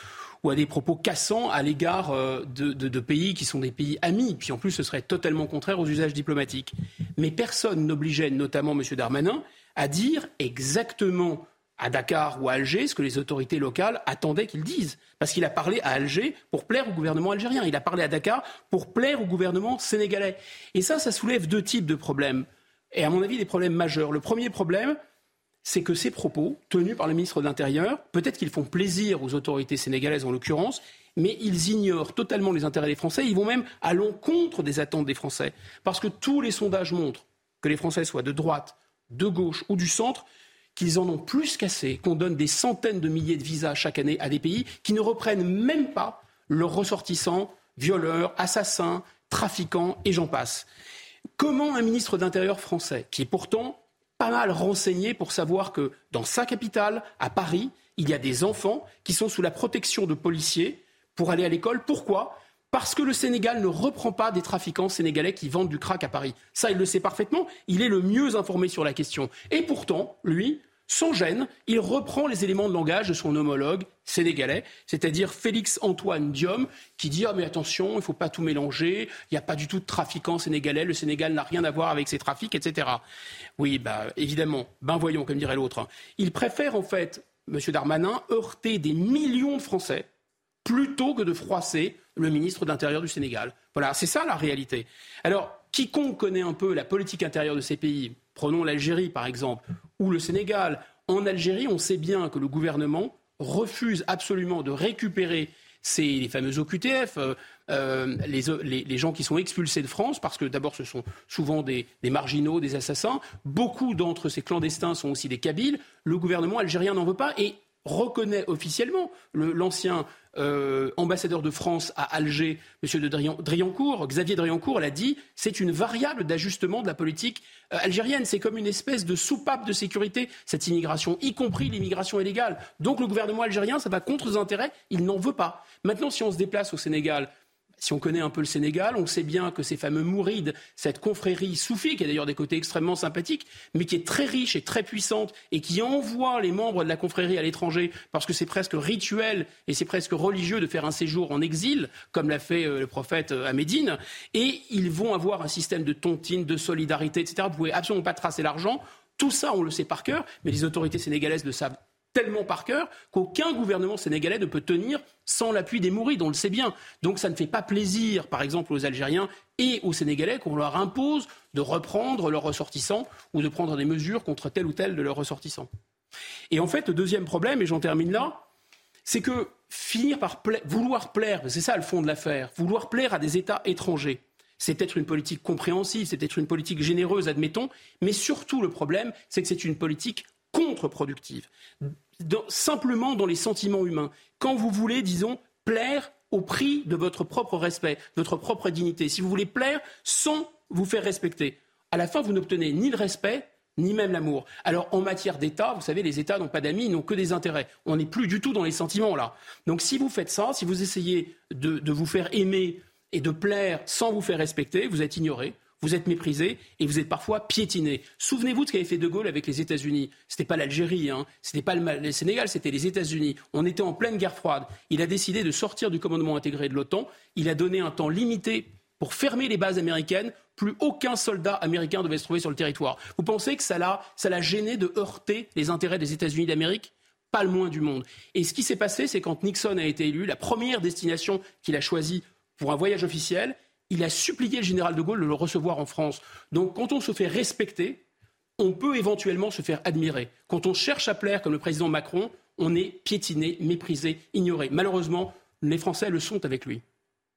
ou à des propos cassants à l'égard euh, de, de, de pays qui sont des pays amis. Puis en plus, ce serait totalement contraire aux usages diplomatiques. Mais personne n'obligeait, notamment M. Darmanin, à dire exactement à Dakar ou à Alger ce que les autorités locales attendaient qu'il dise. Parce qu'il a parlé à Alger pour plaire au gouvernement algérien. Il a parlé à Dakar pour plaire au gouvernement sénégalais. Et ça, ça soulève deux types de problèmes. Et à mon avis, des problèmes majeurs. Le premier problème, c'est que ces propos, tenus par le ministre de l'Intérieur, peut-être qu'ils font plaisir aux autorités sénégalaises en l'occurrence, mais ils ignorent totalement les intérêts des Français. Ils vont même à l'encontre des attentes des Français. Parce que tous les sondages montrent, que les Français soient de droite, de gauche ou du centre, qu'ils en ont plus qu'assez, qu'on donne des centaines de milliers de visas chaque année à des pays qui ne reprennent même pas leurs ressortissants, violeurs, assassins, trafiquants et j'en passe. Comment un ministre d'Intérieur français, qui est pourtant pas mal renseigné pour savoir que dans sa capitale, à Paris, il y a des enfants qui sont sous la protection de policiers pour aller à l'école. Pourquoi ? Parce que le Sénégal ne reprend pas des trafiquants sénégalais qui vendent du crack à Paris. Ça, il le sait parfaitement. Il est le mieux informé sur la question. Et pourtant, lui, sans gêne, il reprend les éléments de langage de son homologue sénégalais, c'est-à-dire Félix-Antoine Diome, qui dit « Ah mais attention, il ne faut pas tout mélanger, il n'y a pas du tout de trafiquants sénégalais, le Sénégal n'a rien à voir avec ces trafics, et cetera » Oui, bah, évidemment, ben voyons, comme dirait l'autre. Il préfère en fait, M. Darmanin, heurter des millions de Français plutôt que de froisser le ministre de l'Intérieur du Sénégal. Voilà, c'est ça la réalité. Alors, quiconque connaît un peu la politique intérieure de ces pays, prenons l'Algérie par exemple, ou le Sénégal, en Algérie, on sait bien que le gouvernement refuse absolument de récupérer ces, les fameux O Q T F, euh, euh, les, les, les gens qui sont expulsés de France, parce que d'abord ce sont souvent des, des marginaux, des assassins. Beaucoup d'entre ces clandestins sont aussi des Kabyles. Le gouvernement algérien n'en veut pas et reconnaît officiellement le, l'ancien euh, ambassadeur de France à Alger, M. de Drian, Driancourt, Xavier Driancourt, l'a dit, c'est une variable d'ajustement de la politique euh, algérienne. C'est comme une espèce de soupape de sécurité, cette immigration, y compris l'immigration illégale. Donc le gouvernement algérien, ça va contre ses intérêts, il n'en veut pas. Maintenant, si on se déplace au Sénégal, si on connaît un peu le Sénégal, on sait bien que ces fameux mourides, cette confrérie soufie, qui a d'ailleurs des côtés extrêmement sympathiques, mais qui est très riche et très puissante, et qui envoie les membres de la confrérie à l'étranger, parce que c'est presque rituel et c'est presque religieux de faire un séjour en exil, comme l'a fait le prophète à Médine, et ils vont avoir un système de tontine, de solidarité, et cetera. Vous ne pouvez absolument pas tracer l'argent. Tout ça, on le sait par cœur, mais les autorités sénégalaises le savent tellement par cœur qu'aucun gouvernement sénégalais ne peut tenir sans l'appui des mourides, on le sait bien. Donc ça ne fait pas plaisir, par exemple, aux Algériens et aux Sénégalais qu'on leur impose de reprendre leurs ressortissants ou de prendre des mesures contre tel ou tel de leurs ressortissants. Et en fait, le deuxième problème, et j'en termine là, c'est que finir par pla- vouloir plaire, c'est ça le fond de l'affaire, vouloir plaire à des États étrangers, c'est peut-être une politique compréhensive, c'est peut-être une politique généreuse, admettons, mais surtout le problème, c'est que c'est une politique contre-productive. Dans, simplement dans les sentiments humains. Quand vous voulez, disons, plaire au prix de votre propre respect, de votre propre dignité, si vous voulez plaire sans vous faire respecter, à la fin, vous n'obtenez ni le respect, ni même l'amour. Alors, en matière d'État, vous savez, les États n'ont pas d'amis, ils n'ont que des intérêts. On n'est plus du tout dans les sentiments, là. Donc, si vous faites ça, si vous essayez de, de vous faire aimer et de plaire sans vous faire respecter, vous êtes ignoré. Vous êtes méprisé et vous êtes parfois piétiné. Souvenez-vous de ce qu'avait fait De Gaulle avec les États-Unis. C'était pas l'Algérie, hein. C'était pas le, le Sénégal, c'était les États-Unis. On était en pleine guerre froide. Il a décidé de sortir du commandement intégré de l'OTAN. Il a donné un temps limité pour fermer les bases américaines. Plus aucun soldat américain devait se trouver sur le territoire. Vous pensez que ça l'a, ça l'a gêné de heurter les intérêts des États-Unis d'Amérique ? Pas le moins du monde. Et ce qui s'est passé, c'est quand Nixon a été élu, la première destination qu'il a choisie pour un voyage officiel, il a supplié le général de Gaulle de le recevoir en France. Donc quand on se fait respecter, on peut éventuellement se faire admirer. Quand on cherche à plaire comme le président Macron, on est piétiné, méprisé, ignoré. Malheureusement, les Français le sont avec lui.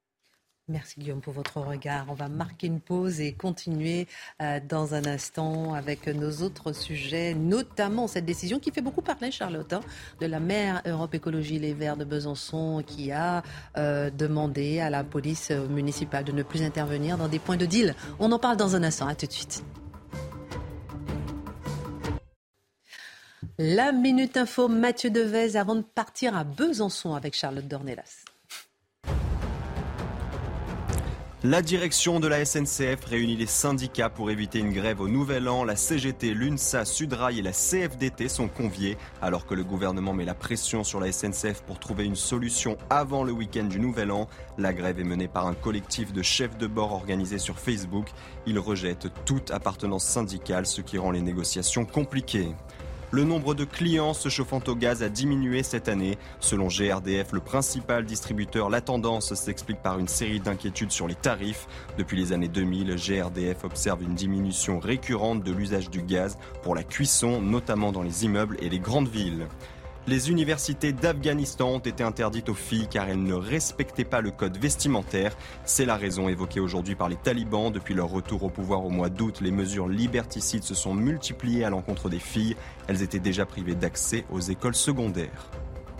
Merci Guillaume pour votre regard. On va marquer une pause et continuer euh, dans un instant avec nos autres sujets, notamment cette décision qui fait beaucoup parler, Charlotte, hein, de la maire Europe Écologie Les Verts de Besançon qui a euh, demandé à la police municipale de ne plus intervenir dans des points de deal. On en parle dans un instant. À tout de suite. La Minute Info, Mathieu Devez, avant de partir à Besançon avec Charlotte Dornelas. La direction de la S N C F réunit les syndicats pour éviter une grève au Nouvel An. La C G T, l'UNSA, Sudrail et la C F D T sont conviés. Alors que le gouvernement met la pression sur la S N C F pour trouver une solution avant le week-end du Nouvel An, la grève est menée par un collectif de chefs de bord organisé sur Facebook. Ils rejettent toute appartenance syndicale, ce qui rend les négociations compliquées. Le nombre de clients se chauffant au gaz a diminué cette année. Selon G R D F, le principal distributeur, la tendance s'explique par une série d'inquiétudes sur les tarifs. Depuis les années deux mille, G R D F observe une diminution récurrente de l'usage du gaz pour la cuisson, notamment dans les immeubles et les grandes villes. Les universités d'Afghanistan ont été interdites aux filles car elles ne respectaient pas le code vestimentaire. C'est la raison évoquée aujourd'hui par les talibans. Depuis leur retour au pouvoir au mois d'août, les mesures liberticides se sont multipliées à l'encontre des filles. Elles étaient déjà privées d'accès aux écoles secondaires.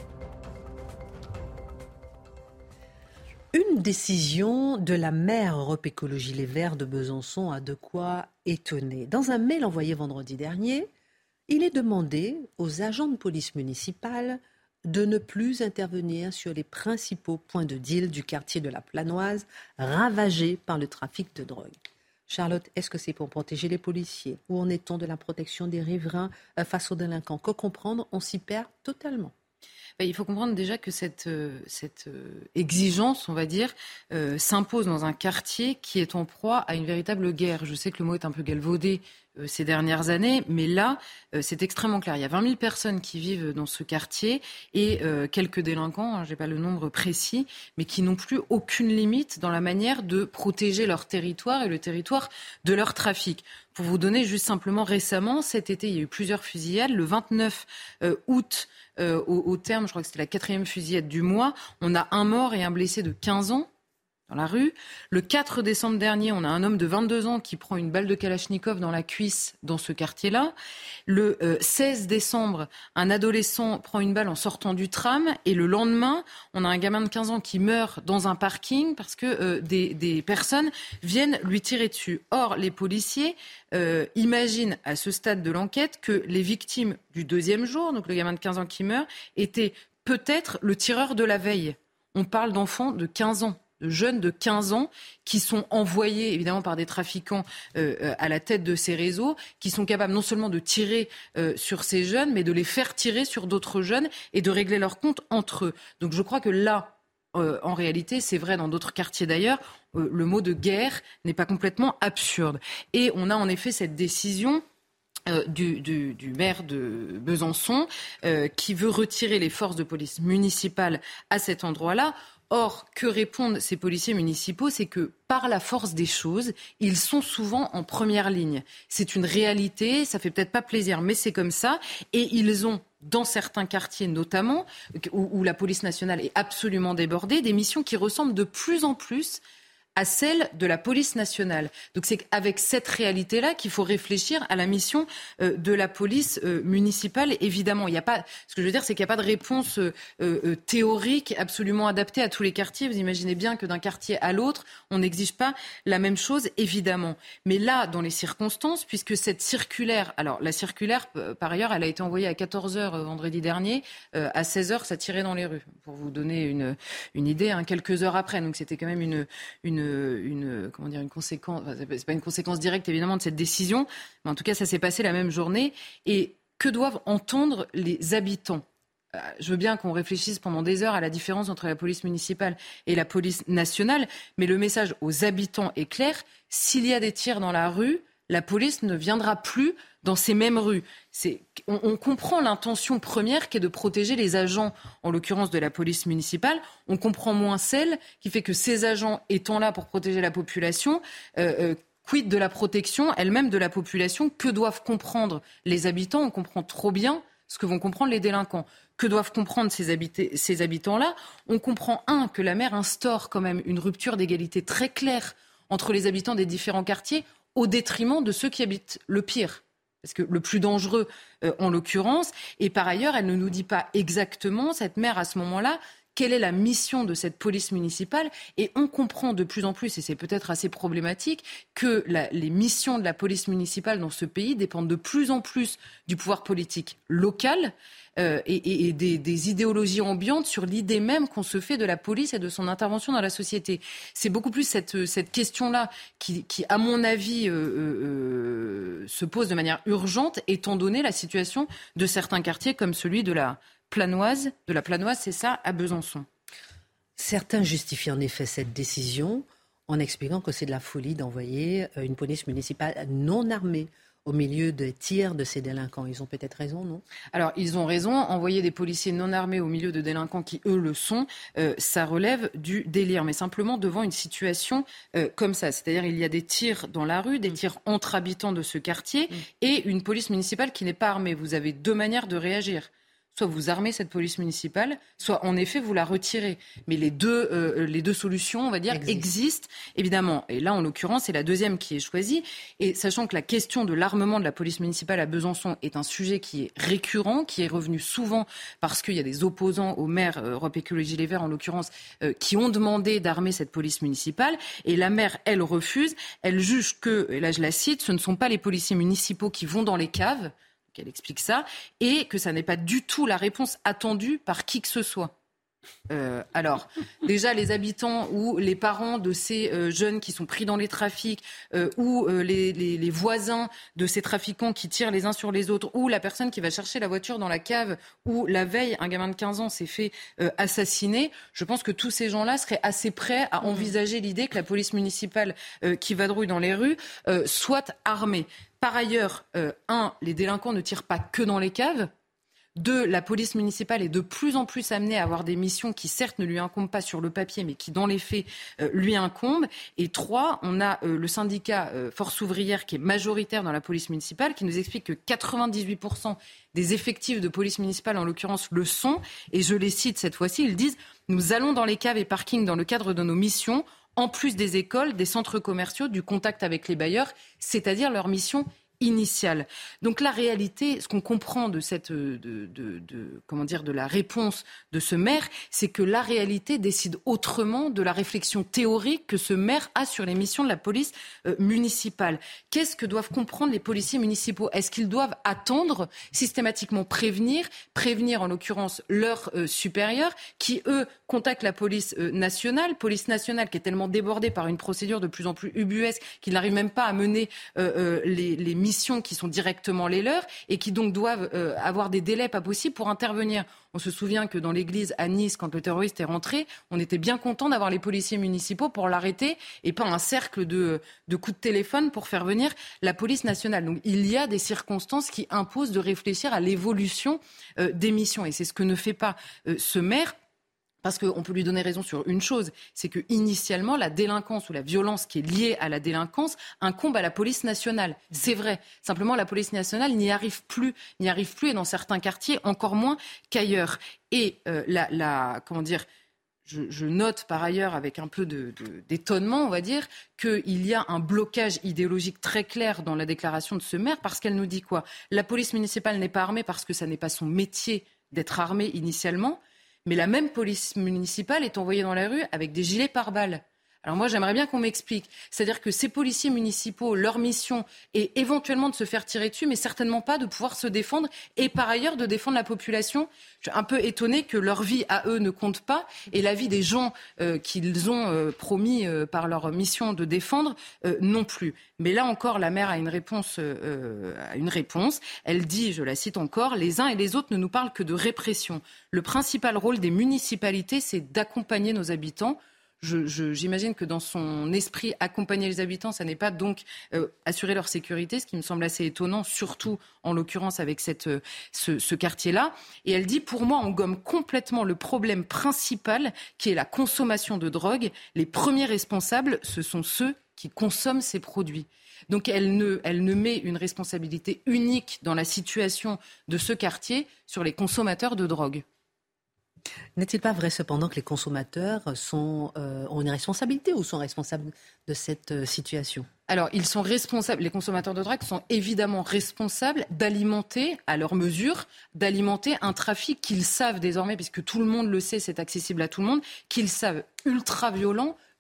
Une décision de la maire Europe Écologie Les Verts de Besançon a de quoi étonner. Dans un mail envoyé vendredi dernier, il est demandé aux agents de police municipale de ne plus intervenir sur les principaux points de deal du quartier de la Planoise, ravagé par le trafic de drogue. Charlotte, est-ce que c'est pour protéger les policiers? Où en est-on de la protection des riverains face aux délinquants? Que comprendre? On s'y perd totalement. Il faut comprendre déjà que cette, cette exigence, on va dire, euh, s'impose dans un quartier qui est en proie à une véritable guerre. Je sais que le mot est un peu galvaudé euh, ces dernières années, mais là, euh, c'est extrêmement clair. Il y a vingt mille personnes qui vivent dans ce quartier et euh, quelques délinquants, hein, je n'ai pas le nombre précis, mais qui n'ont plus aucune limite dans la manière de protéger leur territoire et le territoire de leur trafic. Pour vous donner juste simplement récemment, cet été, il y a eu plusieurs fusillades. Le vingt-neuf août, euh, au, au terme, je crois que c'était la quatrième fusillade du mois, on a un mort et un blessé de quinze ans dans la rue. Le quatre décembre dernier, on a un homme de vingt-deux ans qui prend une balle de Kalachnikov dans la cuisse dans ce quartier-là. Le euh, seize décembre, un adolescent prend une balle en sortant du tram. Et le lendemain, on a un gamin de quinze ans qui meurt dans un parking parce que euh, des, des personnes viennent lui tirer dessus. Or, les policiers euh, imaginent à ce stade de l'enquête que les victimes du deuxième jour, donc le gamin de quinze ans qui meurt, étaient peut-être le tireur de la veille. On parle d'enfants de quinze ans. De jeunes de quinze ans qui sont envoyés évidemment par des trafiquants euh, à la tête de ces réseaux, qui sont capables non seulement de tirer euh, sur ces jeunes, mais de les faire tirer sur d'autres jeunes et de régler leurs comptes entre eux. Donc je crois que là, euh, en réalité, c'est vrai dans d'autres quartiers d'ailleurs, euh, le mot de guerre n'est pas complètement absurde. Et on a en effet cette décision Euh, du, du, du maire de Besançon euh, qui veut retirer les forces de police municipales à cet endroit-là. Or, que répondent ces policiers municipaux? C'est que par la force des choses, ils sont souvent en première ligne. C'est une réalité, ça fait peut-être pas plaisir, mais c'est comme ça. Et ils ont, dans certains quartiers notamment, où, où la police nationale est absolument débordée, des missions qui ressemblent de plus en plus à celle de la police nationale. Donc c'est avec cette réalité-là qu'il faut réfléchir à la mission euh, de la police euh, municipale. Évidemment, il y a pas. Ce que je veux dire, c'est qu'il n'y a pas de réponse euh, euh, théorique absolument adaptée à tous les quartiers. Vous imaginez bien que d'un quartier à l'autre, on n'exige pas la même chose, évidemment. Mais là, dans les circonstances, puisque cette circulaire, alors la circulaire, euh, par ailleurs, elle a été envoyée à quatorze heures euh, vendredi dernier, euh, à seize heures, ça tirait dans les rues. Pour vous donner une une idée, hein, quelques heures après. Donc c'était quand même une une Une, comment dire, une conséquence, enfin, c'est pas une conséquence directe évidemment de cette décision, mais en tout cas ça s'est passé la même journée. Et que doivent entendre les habitants? Je veux bien qu'on réfléchisse pendant des heures à la différence entre la police municipale et la police nationale, mais le message aux habitants est clair: s'il y a des tirs dans la rue, la police ne viendra plus dans ces mêmes rues. C'est, on, on comprend l'intention première qui est de protéger les agents, en l'occurrence de la police municipale. On comprend moins celle qui fait que ces agents étant là pour protéger la population, euh, euh, quid de la protection elle-même de la population? Que doivent comprendre les habitants? On comprend trop bien ce que vont comprendre les délinquants. Que doivent comprendre ces, habité- ces habitants-là? On comprend, un, que la maire instaure quand même une rupture d'égalité très claire entre les habitants des différents quartiers, au détriment de ceux qui habitent le pire. Parce que le plus dangereux, euh, en l'occurrence. Et par ailleurs, elle ne nous dit pas exactement, cette maire, à ce moment-là, quelle est la mission de cette police municipale. Et on comprend de plus en plus, et c'est peut-être assez problématique, que la, les missions de la police municipale dans ce pays dépendent de plus en plus du pouvoir politique local. euh, et, et, et des, des idéologies ambiantes sur l'idée même qu'on se fait de la police et de son intervention dans la société. C'est beaucoup plus cette, cette question-là qui, qui, à mon avis, euh, euh, se pose de manière urgente, étant donné la situation de certains quartiers comme celui de la Planoise, de la Planoise, c'est ça, à Besançon. Certains justifient en effet cette décision en expliquant que c'est de la folie d'envoyer une police municipale non armée au milieu des tirs de ces délinquants. Ils ont peut-être raison, non ? Alors, ils ont raison. Envoyer des policiers non armés au milieu de délinquants qui, eux, le sont, euh, ça relève du délire. Mais simplement devant une situation euh, comme ça. C'est-à-dire, il y a des tirs dans la rue, des tirs entre habitants de ce quartier et une police municipale qui n'est pas armée. Vous avez deux manières de réagir. Soit vous armez cette police municipale, soit en effet vous la retirez. Mais les deux, euh, les deux solutions, on va dire, Existe. existent évidemment. Et là, en l'occurrence, c'est la deuxième qui est choisie. Et sachant que la question de l'armement de la police municipale à Besançon est un sujet qui est récurrent, qui est revenu souvent parce qu'il y a des opposants au maire euh, Europe Écologie Les Verts, en l'occurrence, euh, qui ont demandé d'armer cette police municipale. Et la maire, elle, refuse. Elle juge que, et là je la cite, ce ne sont pas les policiers municipaux qui vont dans les caves. Elle explique ça, et que ça n'est pas du tout la réponse attendue par qui que ce soit. Euh, alors, déjà, les habitants ou les parents de ces euh, jeunes qui sont pris dans les trafics, euh, ou euh, les, les, les voisins de ces trafiquants qui tirent les uns sur les autres, ou la personne qui va chercher la voiture dans la cave, où la veille, un gamin de quinze ans s'est fait euh, assassiner, je pense que tous ces gens-là seraient assez prêts à envisager l'idée que la police municipale euh, qui vadrouille dans les rues euh, soit armée. Par ailleurs, euh, un, les délinquants ne tirent pas que dans les caves. Deux, la police municipale est de plus en plus amenée à avoir des missions qui, certes, ne lui incombent pas sur le papier, mais qui, dans les faits, euh, lui incombent. Et trois, on a euh, le syndicat euh, Force ouvrière qui est majoritaire dans la police municipale, qui nous explique que quatre-vingt-dix-huit pour cent des effectifs de police municipale, en l'occurrence, le sont. Et je les cite cette fois-ci, ils disent « Nous allons dans les caves et parkings dans le cadre de nos missions, en plus des écoles, des centres commerciaux, du contact avec les bailleurs, c'est-à-dire leur mission initiale. » Donc la réalité, ce qu'on comprend de cette, de, de, de, comment dire, de la réponse de ce maire, c'est que la réalité décide autrement de la réflexion théorique que ce maire a sur les missions de la police euh, municipale. Qu'est-ce que doivent comprendre les policiers municipaux ? Est-ce qu'ils doivent attendre, systématiquement prévenir, prévenir en l'occurrence leurs euh, supérieurs, qui eux contactent la police euh, nationale, police nationale qui est tellement débordée par une procédure de plus en plus ubuesque qu'ils n'arrivent même pas à mener euh, euh, les, les missions qui sont directement les leurs et qui donc doivent euh, avoir des délais pas possibles pour intervenir. On se souvient que dans l'église à Nice, quand le terroriste est rentré, on était bien content d'avoir les policiers municipaux pour l'arrêter et pas un cercle de, de coups de téléphone pour faire venir la police nationale. Donc il y a des circonstances qui imposent de réfléchir à l'évolution euh, des missions et c'est ce que ne fait pas euh, ce maire. Parce qu'on peut lui donner raison sur une chose, c'est que initialement la délinquance ou la violence qui est liée à la délinquance incombe à la police nationale. C'est vrai. Simplement, la police nationale n'y arrive plus, n'y arrive plus, et dans certains quartiers encore moins qu'ailleurs. Et euh, la, la, comment dire, je, je note par ailleurs avec un peu de, de, d'étonnement, on va dire, qu'il y a un blocage idéologique très clair dans la déclaration de ce maire, parce qu'elle nous dit quoi ? La police municipale n'est pas armée parce que ça n'est pas son métier d'être armée initialement. Mais la même police municipale est envoyée dans la rue avec des gilets pare-balles. Alors moi, j'aimerais bien qu'on m'explique. C'est-à-dire que ces policiers municipaux, leur mission est éventuellement de se faire tirer dessus, mais certainement pas de pouvoir se défendre et par ailleurs de défendre la population. Je suis un peu étonnée que leur vie à eux ne compte pas et la vie des gens euh, qu'ils ont euh, promis euh, par leur mission de défendre euh, non plus. Mais là encore, la maire a une réponse, euh, a une réponse. Elle dit, je la cite encore, « Les uns et les autres ne nous parlent que de répression. Le principal rôle des municipalités, c'est d'accompagner nos habitants. » Je, je, j'imagine que dans son esprit, accompagner les habitants, ça n'est pas donc euh, assurer leur sécurité, ce qui me semble assez étonnant, surtout en l'occurrence avec cette, euh, ce, ce quartier-là. Et elle dit, pour moi, on gomme complètement le problème principal qui est la consommation de drogue. Les premiers responsables, ce sont ceux qui consomment ces produits. Donc elle ne, elle ne met une responsabilité unique dans la situation de ce quartier sur les consommateurs de drogue. N'est-il pas vrai cependant que les consommateurs sont, euh, ont une responsabilité ou sont responsables de cette euh, situation ? Alors, ils sont responsables, les consommateurs de drogue sont évidemment responsables d'alimenter, à leur mesure, d'alimenter un trafic qu'ils savent désormais, puisque tout le monde le sait, c'est accessible à tout le monde, qu'ils savent ultra violent,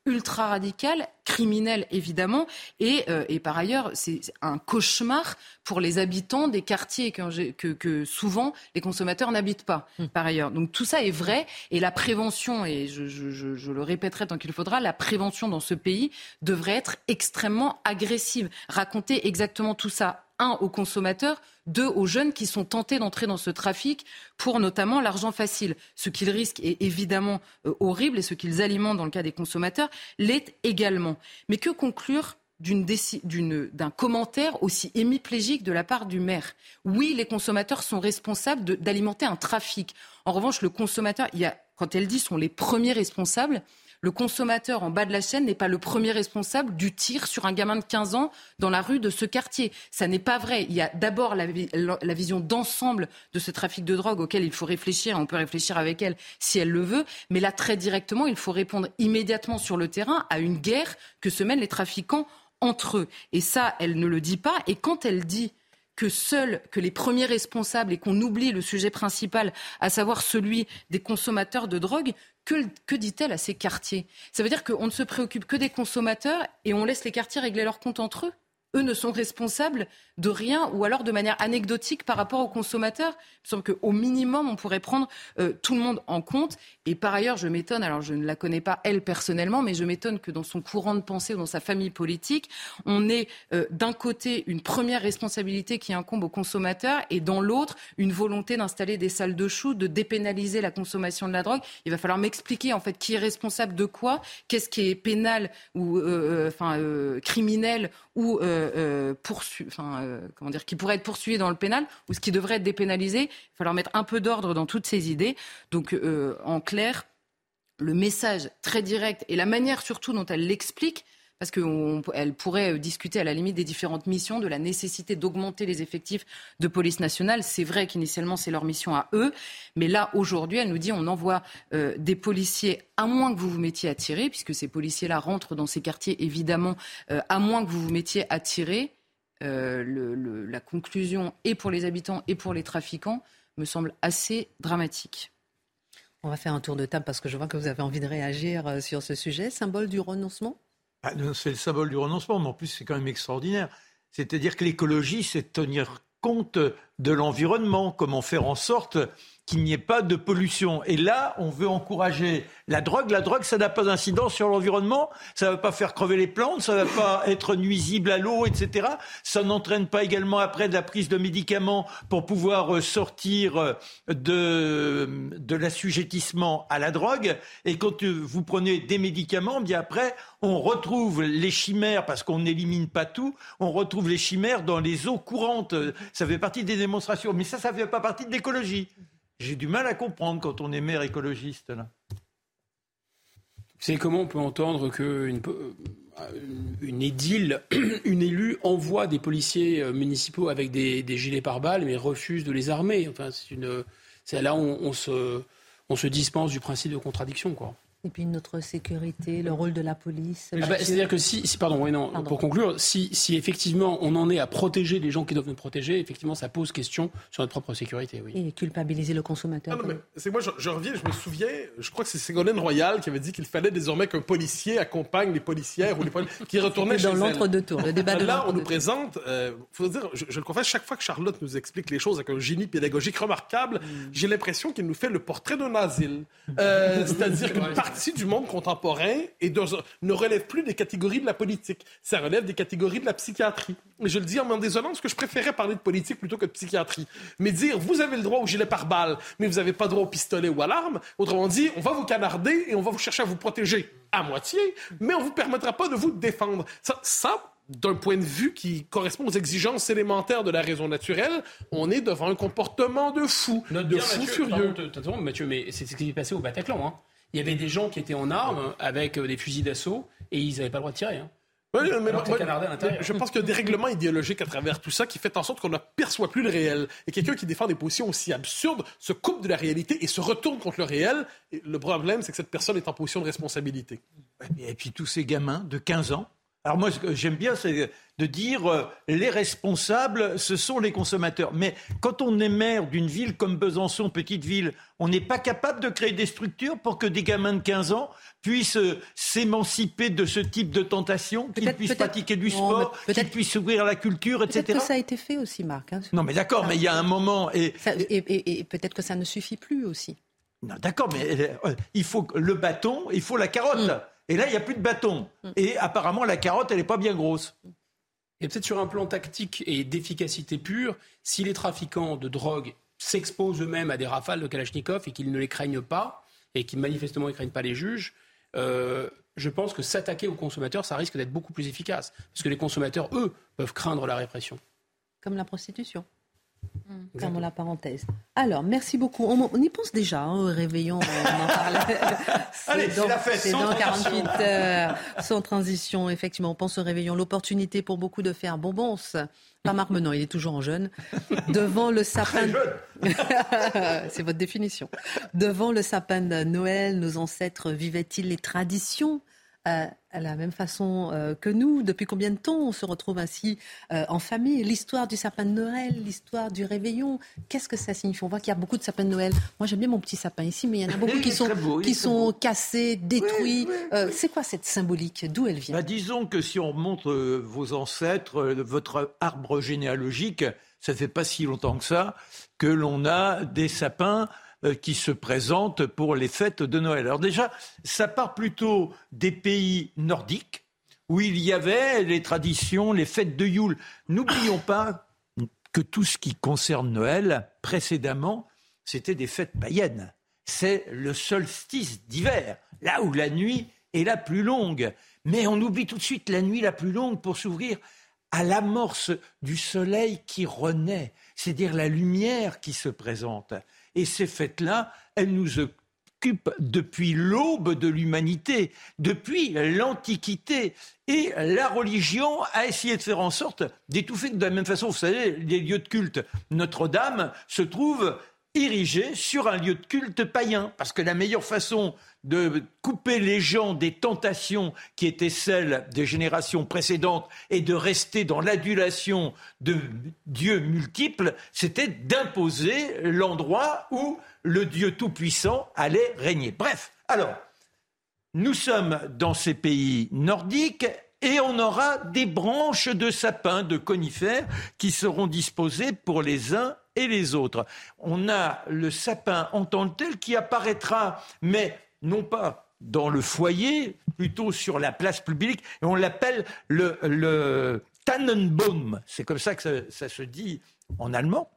ultra radical, criminel évidemment, et, euh, et par ailleurs c'est un cauchemar pour les habitants des quartiers que, que, que souvent les consommateurs n'habitent pas mmh. par ailleurs. Donc tout ça est vrai, et la prévention, et je, je, je, je le répéterai tant qu'il faudra, la prévention dans ce pays devrait être extrêmement agressive. Raconter exactement tout ça, un, aux consommateurs, deux, aux jeunes qui sont tentés d'entrer dans ce trafic pour notamment l'argent facile. Ce qu'ils risquent est évidemment euh, horrible, et ce qu'ils alimentent dans le cas des consommateurs l'est également. Mais que conclure d'une déci- d'une, d'un commentaire aussi hémiplégique de la part du maire ? Oui, les consommateurs sont responsables de, d'alimenter un trafic. En revanche, le consommateur, il y a, quand elle dit sont les premiers responsables, le consommateur en bas de la chaîne n'est pas le premier responsable du tir sur un gamin de quinze ans dans la rue de ce quartier. Ça n'est pas vrai. Il y a d'abord la, la vision d'ensemble de ce trafic de drogue auquel il faut réfléchir. On peut réfléchir avec elle si elle le veut. Mais là, très directement, il faut répondre immédiatement sur le terrain à une guerre que se mènent les trafiquants entre eux. Et ça, elle ne le dit pas. Et quand elle dit que seuls, que les premiers responsables, et qu'on oublie le sujet principal, à savoir celui des consommateurs de drogue, que, que dit-elle à ces quartiers ? Ça veut dire qu'on ne se préoccupe que des consommateurs et on laisse les quartiers régler leurs comptes entre eux ? Eux ne sont responsables de rien, ou alors de manière anecdotique par rapport aux consommateurs. Il me semble qu'au minimum, on pourrait prendre euh, tout le monde en compte. Et par ailleurs, je m'étonne, alors je ne la connais pas elle personnellement, mais je m'étonne que dans son courant de pensée ou dans sa famille politique, on ait euh, d'un côté une première responsabilité qui incombe aux consommateurs, et dans l'autre, une volonté d'installer des salles de chou, de dépénaliser la consommation de la drogue. Il va falloir m'expliquer en fait qui est responsable de quoi, qu'est-ce qui est pénal ou euh, enfin euh, criminel ou euh, euh, poursu, enfin, euh, comment dire, qui pourrait être poursuivi dans le pénal, ou ce qui devrait être dépénalisé. Il va falloir mettre un peu d'ordre dans toutes ces idées. Donc, euh, en clair, le message très direct et la manière surtout dont elle l'explique, parce qu'elle pourrait discuter à la limite des différentes missions, de la nécessité d'augmenter les effectifs de police nationale. C'est vrai qu'initialement, c'est leur mission à eux. Mais là, aujourd'hui, elle nous dit on envoie euh, des policiers, à moins que vous vous mettiez à tirer, puisque ces policiers-là rentrent dans ces quartiers, évidemment, euh, à moins que vous vous mettiez à tirer. Euh, le, le, la conclusion, et pour les habitants et pour les trafiquants, me semble assez dramatique. On va faire un tour de table parce que je vois que vous avez envie de réagir sur ce sujet. Symbole du renoncement ? Ah, c'est le symbole du renoncement, mais en plus c'est quand même extraordinaire. C'est-à-dire que l'écologie, c'est tenir compte de l'environnement, comment faire en sorte qu'il n'y ait pas de pollution. Et là, on veut encourager la drogue. La drogue, ça n'a pas d'incidence sur l'environnement, ça ne va pas faire crever les plantes, ça ne va pas être nuisible à l'eau, et cetera. Ça n'entraîne pas également après de la prise de médicaments pour pouvoir sortir de, de l'assujettissement à la drogue. Et quand vous prenez des médicaments, bien après, on retrouve les chimères, parce qu'on n'élimine pas tout, on retrouve les chimères dans les eaux courantes. Ça fait partie des démonstrations. Mais ça, ça ne fait pas partie de l'écologie. J'ai du mal à comprendre quand on est maire écologiste, là. C'est comment on peut entendre qu'une une édile, une élue envoie des policiers municipaux avec des, des gilets pare-balles, mais refuse de les armer. Enfin, c'est une, c'est là où on, on, se, on se dispense du principe de contradiction, quoi. Et puis notre sécurité, le rôle de la police. Ah bah, c'est-à-dire que si, si pardon, oui, non, pardon. Pour conclure, si, si effectivement on en est à protéger les gens qui doivent nous protéger, effectivement ça pose question sur notre propre sécurité. Oui. Et culpabiliser le consommateur. Ah non, mais c'est moi, je, je reviens, je me souviens, je crois que c'est Ségolène Royal qui avait dit qu'il fallait désormais qu'un policier accompagne les policières ou les policiers qui retournaient chez elles. Dans l'entre-deux-tours, le débat de Là, l'entre-deux-tours. on nous présente, euh, faut dire, je, je le confesse, chaque fois que Charlotte nous explique les choses avec un génie pédagogique remarquable, mm. j'ai l'impression qu'il nous fait le portrait d'un asile. Euh, c'est-à-dire qu'une partie du monde contemporain et de, ne relève plus des catégories de la politique. Ça relève des catégories de la psychiatrie. Et je le dis en m'en désolant parce que je préférais parler de politique plutôt que de psychiatrie. Mais dire, vous avez le droit au gilet pare-balles, mais vous n'avez pas le droit au pistolet ou à l'arme, autrement dit, on va vous canarder et on va vous chercher à vous protéger à moitié, mais on ne vous permettra pas de vous défendre. Ça, ça d'un point de vue qui correspond aux exigences élémentaires de la raison naturelle, on est devant un comportement de fou, Note de bien, fou Mathieu, furieux. Pardon, Mathieu, mais c'est ce qui s'est passé au Bataclan, hein. Il y avait des gens qui étaient en armes avec des fusils d'assaut et ils n'avaient pas le droit de tirer. Hein. Oui, mais moi, à je pense qu'il y a des règlements idéologiques à travers tout ça qui fait en sorte qu'on ne perçoit plus le réel. Et quelqu'un qui défend des positions aussi absurdes se coupe de la réalité et se retourne contre le réel. Et le problème, c'est que cette personne est en position de responsabilité. Et puis tous ces gamins de quinze ans, Alors moi, ce que j'aime bien, c'est de dire euh, les responsables, ce sont les consommateurs. Mais quand on est maire d'une ville comme Besançon, petite ville, on n'est pas capable de créer des structures pour que des gamins de quinze ans puissent euh, s'émanciper de ce type de tentation, qu'ils puissent pratiquer du sport, non, qu'ils puissent s'ouvrir à la culture, et cetera. Peut-être que ça a été fait aussi, Marc. Hein, non, mais d'accord, mais il y a un moment... Et, ça, et, et, et peut-être que ça ne suffit plus aussi. Non, d'accord, mais euh, il faut le bâton, il faut la carotte. Mm. Et là, il n'y a plus de bâton. Mm. Et apparemment, la carotte, elle n'est pas bien grosse. Et peut-être sur un plan tactique et d'efficacité pure, si les trafiquants de drogue s'exposent eux-mêmes à des rafales de Kalachnikov et qu'ils ne les craignent pas, et qu'ils manifestement ne craignent pas les juges, euh, je pense que s'attaquer aux consommateurs, ça risque d'être beaucoup plus efficace. Parce que les consommateurs, eux, peuvent craindre la répression. Comme la prostitution. Mmh. Fermons la parenthèse. Alors, merci beaucoup. On, on y pense déjà, hein, au réveillon. On en parle. C'est Allez, dans, c'est la fête, c'est sans dans transition. quarante-huit heures, sans transition. Effectivement, on pense au réveillon. L'opportunité pour beaucoup de faire bonbons. Pas Marc Menon, il est toujours en jeune. Devant le sapin. C'est votre définition. Devant le sapin de Noël, nos ancêtres vivaient-ils les traditions euh, à la même façon euh, que nous? Depuis combien de temps on se retrouve ainsi euh, en famille? L'histoire du sapin de Noël, l'histoire du réveillon, qu'est-ce que ça signifie? On voit qu'il y a beaucoup de sapins de Noël. Moi, j'aime bien mon petit sapin ici, mais il y en a beaucoup qui sont, beau, qui sont cassés, détruits. Oui, oui, oui. Euh, c'est quoi cette symbolique? D'où elle vient? Bah, disons que si on remonte euh, vos ancêtres, euh, votre arbre généalogique, ça fait pas si longtemps que ça, que l'on a des sapins qui se présentent pour les fêtes de Noël. Alors déjà, ça part plutôt des pays nordiques, où il y avait les traditions, les fêtes de Yule. N'oublions pas que tout ce qui concerne Noël, précédemment, c'était des fêtes païennes. C'est le solstice d'hiver, là où la nuit est la plus longue. Mais on oublie tout de suite la nuit la plus longue pour s'ouvrir à l'amorce du soleil qui renaît, c'est-à-dire la lumière qui se présente. Et ces fêtes-là, elles nous occupent depuis l'aube de l'humanité, depuis l'Antiquité. Et la religion a essayé de faire en sorte d'étouffer. De la même façon, vous savez, les lieux de culte. Notre-Dame se trouve érigée sur un lieu de culte païen. Parce que la meilleure façon de couper les gens des tentations qui étaient celles des générations précédentes et de rester dans l'adulation de dieux multiples, c'était d'imposer l'endroit où le Dieu tout-puissant allait régner. Bref, alors, nous sommes dans ces pays nordiques et on aura des branches de sapins, de conifères qui seront disposées pour les uns et les autres. On a le sapin en tant que tel qui apparaîtra, mais non pas dans le foyer, plutôt sur la place publique, et on l'appelle le, le Tannenbaum. C'est comme ça que ça, ça se dit en allemand.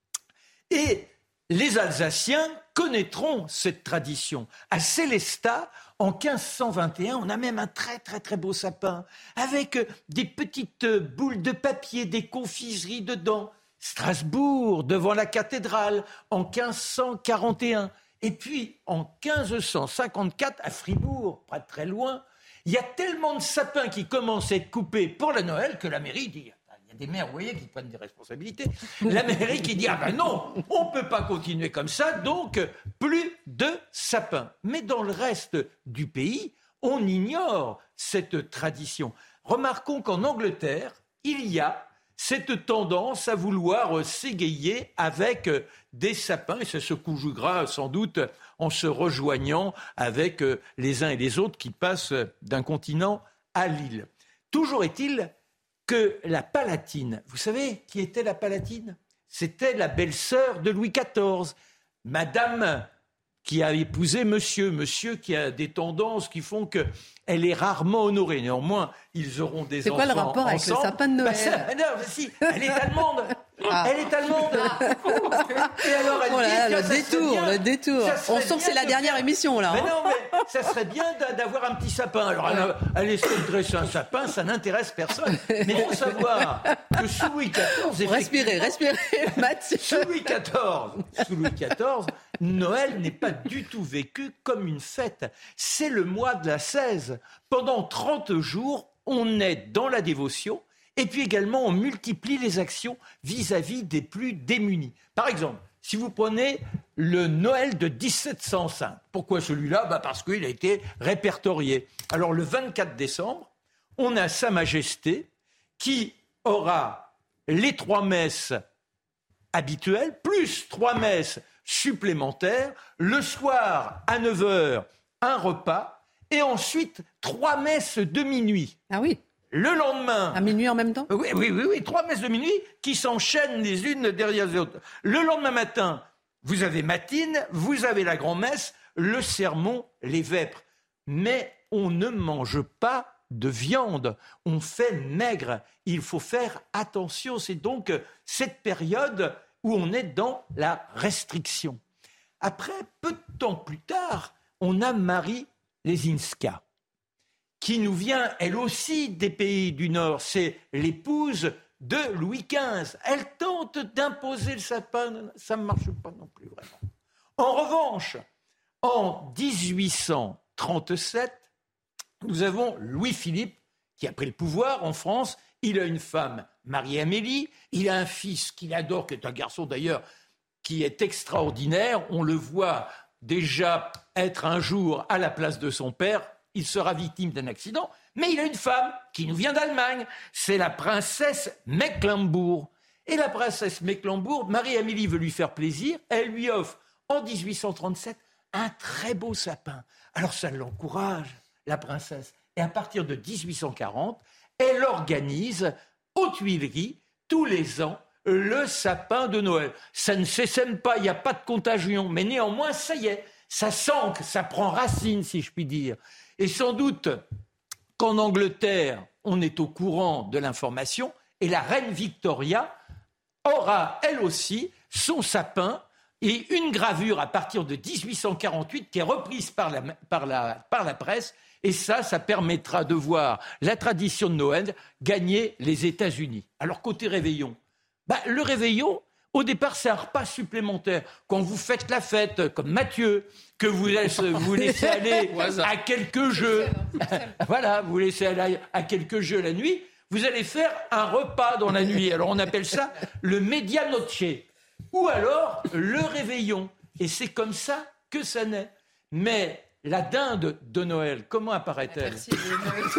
Et les Alsaciens connaîtront cette tradition. À Sélestat, en quinze cent vingt et un, on a même un très très très beau sapin, avec des petites boules de papier, des confiseries dedans. Strasbourg, devant la cathédrale, en quinze cent quarante et un. Et puis, en quinze cent cinquante-quatre, à Fribourg, pas très loin, il y a tellement de sapins qui commencent à être coupés pour la Noël que la mairie dit, il y a des maires, vous voyez, qui prennent des responsabilités, la mairie qui dit, ah ben non, on ne peut pas continuer comme ça, donc plus de sapins. Mais dans le reste du pays, on ignore cette tradition. Remarquons qu'en Angleterre, il y a cette tendance à vouloir s'égayer avec des sapins, et ça se conjuguera sans doute en se rejoignant avec les uns et les autres qui passent d'un continent à l'île. Toujours est-il que la Palatine, vous savez qui était la Palatine? C'était la belle-sœur de Louis quatorze, Madame qui a épousé Monsieur, Monsieur qui a des tendances qui font que elle est rarement honorée. Néanmoins, ils auront des C'est enfants ensemble. C'est quoi le rapport avec le sapin de Noël? Bah ça, non, mais si, elle est allemande. Ah. Elle est allemande. Et alors elle oh là, dit, le détour, bien, le détour. On sent que c'est la dernière faire... émission là. Mais hein. non, mais ça serait bien d'avoir un petit sapin. Alors elle, elle essaie de dresser un sapin, ça n'intéresse personne. Mais il faut savoir que sous Louis quatorze, respirez, respirez, Mathieu. Sous Louis quatorze, sous Louis quatorze, Noël n'est pas du tout vécu comme une fête. C'est le mois de la seize. Pendant trente jours, on est dans la dévotion. Et puis également, on multiplie les actions vis-à-vis des plus démunis. Par exemple, si vous prenez le Noël de dix-sept cent cinq, pourquoi celui-là? Bah parce qu'il a été répertorié. Alors le vingt-quatre décembre, on a Sa Majesté qui aura les trois messes habituelles, plus trois messes supplémentaires. Le soir, à neuf heures, un repas. Et ensuite, trois messes de minuit. Ah oui. Le lendemain... À minuit en même temps ? Oui, oui, oui, oui, trois messes de minuit qui s'enchaînent les unes derrière les autres. Le lendemain matin, vous avez matine, vous avez la grand-messe, le sermon, les vêpres. Mais on ne mange pas de viande, on fait maigre. Il faut faire attention, c'est donc cette période où on est dans la restriction. Après, peu de temps plus tard, on a Marie Lesinska, qui nous vient, elle aussi, des pays du Nord. C'est l'épouse de Louis quinze. Elle tente d'imposer le sapin, ça ne marche pas non plus vraiment. En revanche, en dix-huit cent trente-sept, nous avons Louis-Philippe qui a pris le pouvoir en France. Il a une femme, Marie-Amélie. Il a un fils qu'il adore, qui est un garçon d'ailleurs, qui est extraordinaire. On le voit déjà être un jour à la place de son père. Il sera victime d'un accident. Mais il a une femme qui nous vient d'Allemagne. C'est la princesse Mecklembourg. Et la princesse Mecklembourg, Marie-Amélie veut lui faire plaisir. Elle lui offre en dix-huit cent trente-sept un très beau sapin. Alors ça l'encourage, la princesse. Et à partir de dix-huit cent quarante, elle organise aux Tuileries, tous les ans, le sapin de Noël. Ça ne s'essaime pas, il n'y a pas de contagion. Mais néanmoins, ça y est, ça s'ancre, ça prend racine, si je puis dire. Et sans doute qu'en Angleterre, on est au courant de l'information. Et la reine Victoria aura, elle aussi, son sapin et une gravure à partir de dix-huit cent quarante-huit qui est reprise par la, par la, par la presse. Et ça, ça permettra de voir la tradition de Noël gagner les États-Unis. Alors, côté réveillon, bah, le réveillon, au départ, c'est un repas supplémentaire. Quand vous faites la fête, comme Mathieu, que vous laissez, vous laissez aller à quelques jeux, voilà, vous laissez aller à quelques jeux la nuit, vous allez faire un repas dans la nuit. Alors, on appelle ça le medianoche, ou alors le réveillon. Et c'est comme ça que ça naît. Mais la dinde de Noël, comment apparaît-elle ? Merci. Ça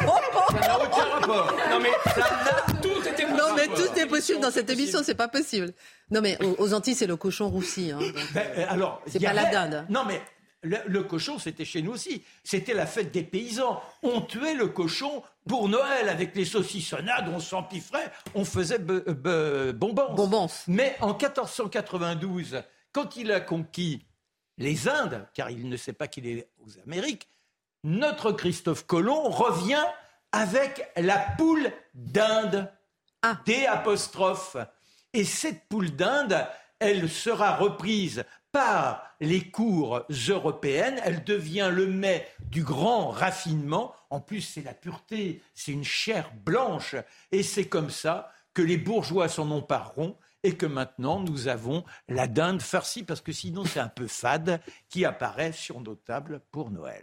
n'a aucun rapport. Non mais Ça n'a tout était possible. Non, mais tout est possible dans cette émission, c'est pas possible. Non, mais aux, aux Antilles, c'est le cochon roussi. Hein, donc, Ben, alors, c'est il y pas avait- la dinde. Non, mais le, le cochon, c'était chez nous aussi. C'était la fête des paysans. On tuait le cochon pour Noël avec les saucissonnades, on s'empiffrait, on faisait be, be, bonbons. Bonbons. Mais en quatorze cent quatre-vingt-douze, quand il a conquis les Indes, car il ne sait pas qu'il est aux Amériques, notre Christophe Colomb revient avec la poule d'Inde. Ah. D apostrophe. Et cette poule d'Inde, elle sera reprise par les cours européennes. Elle devient le mets du grand raffinement. En plus, c'est la pureté, c'est une chair blanche. Et c'est comme ça que les bourgeois s'en empareront et que maintenant, nous avons la dinde farcie, parce que sinon, c'est un peu fade, qui apparaît sur nos tables pour Noël.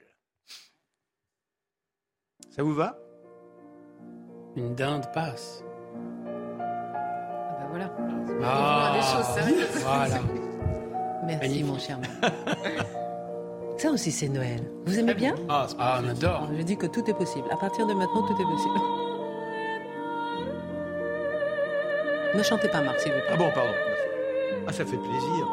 Ça vous va ? Une dinde passe. Ah bah voilà. Ah, Des choses sérieuses. Voilà. Merci, Magnifique. mon cher Marc. Ça aussi, c'est Noël. Vous aimez bien ? Ah, c'est- Ah, on adore. Je dis que tout est possible. À partir de maintenant, tout est possible. Ne chantez pas, Marc, s'il vous plaît. Ah bon, pardon. Ah, ça fait plaisir.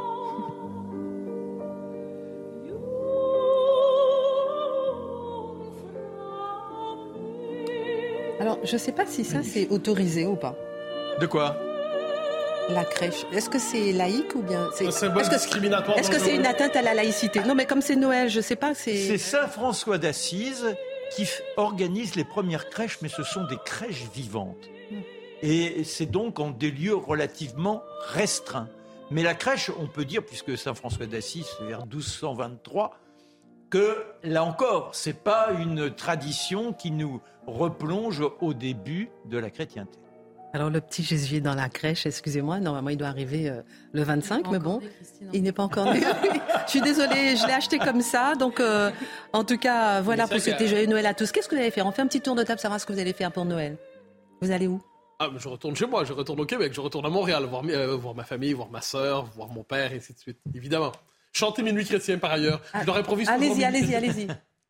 Alors, je ne sais pas si ça, c'est autorisé ou pas. De quoi ? La crèche. Est-ce que c'est laïque ou bien... Un symbole Est-ce que, discriminatoire est-ce que c'est une dangereux. atteinte à la laïcité ? Non, mais comme c'est Noël, je ne sais pas. C'est... C'est Saint François d'Assise qui f- organise les premières crèches, mais ce sont des crèches vivantes. Et c'est donc en des lieux relativement restreints. Mais la crèche, on peut dire, puisque Saint François d'Assise, c'est vers douze cent vingt-trois, que là encore, c'est pas une tradition qui nous replonge au début de la chrétienté. Alors, le petit Jésus est dans la crèche, excusez-moi. Normalement, il doit arriver euh, le vingt-cinq, mais bon, il n'est pas encore né. Je suis désolée, je l'ai acheté comme ça. Donc, euh, en tout cas, voilà, Mais ça, pour souhaiter il y a- joyeux Noël à tous. Qu'est-ce que vous allez faire ? On fait un petit tour de table, savoir ce que vous allez faire pour Noël. Vous allez où ? Ah, mais je retourne chez moi, je retourne au Québec, je retourne à Montréal, voir, mi- euh, voir ma famille, voir ma sœur, voir mon père, et ainsi de suite. Évidemment. Chanter Minuit chrétien par ailleurs. Je leur improvise toujours Allez-y, Minuit allez-y, chrétien. allez-y.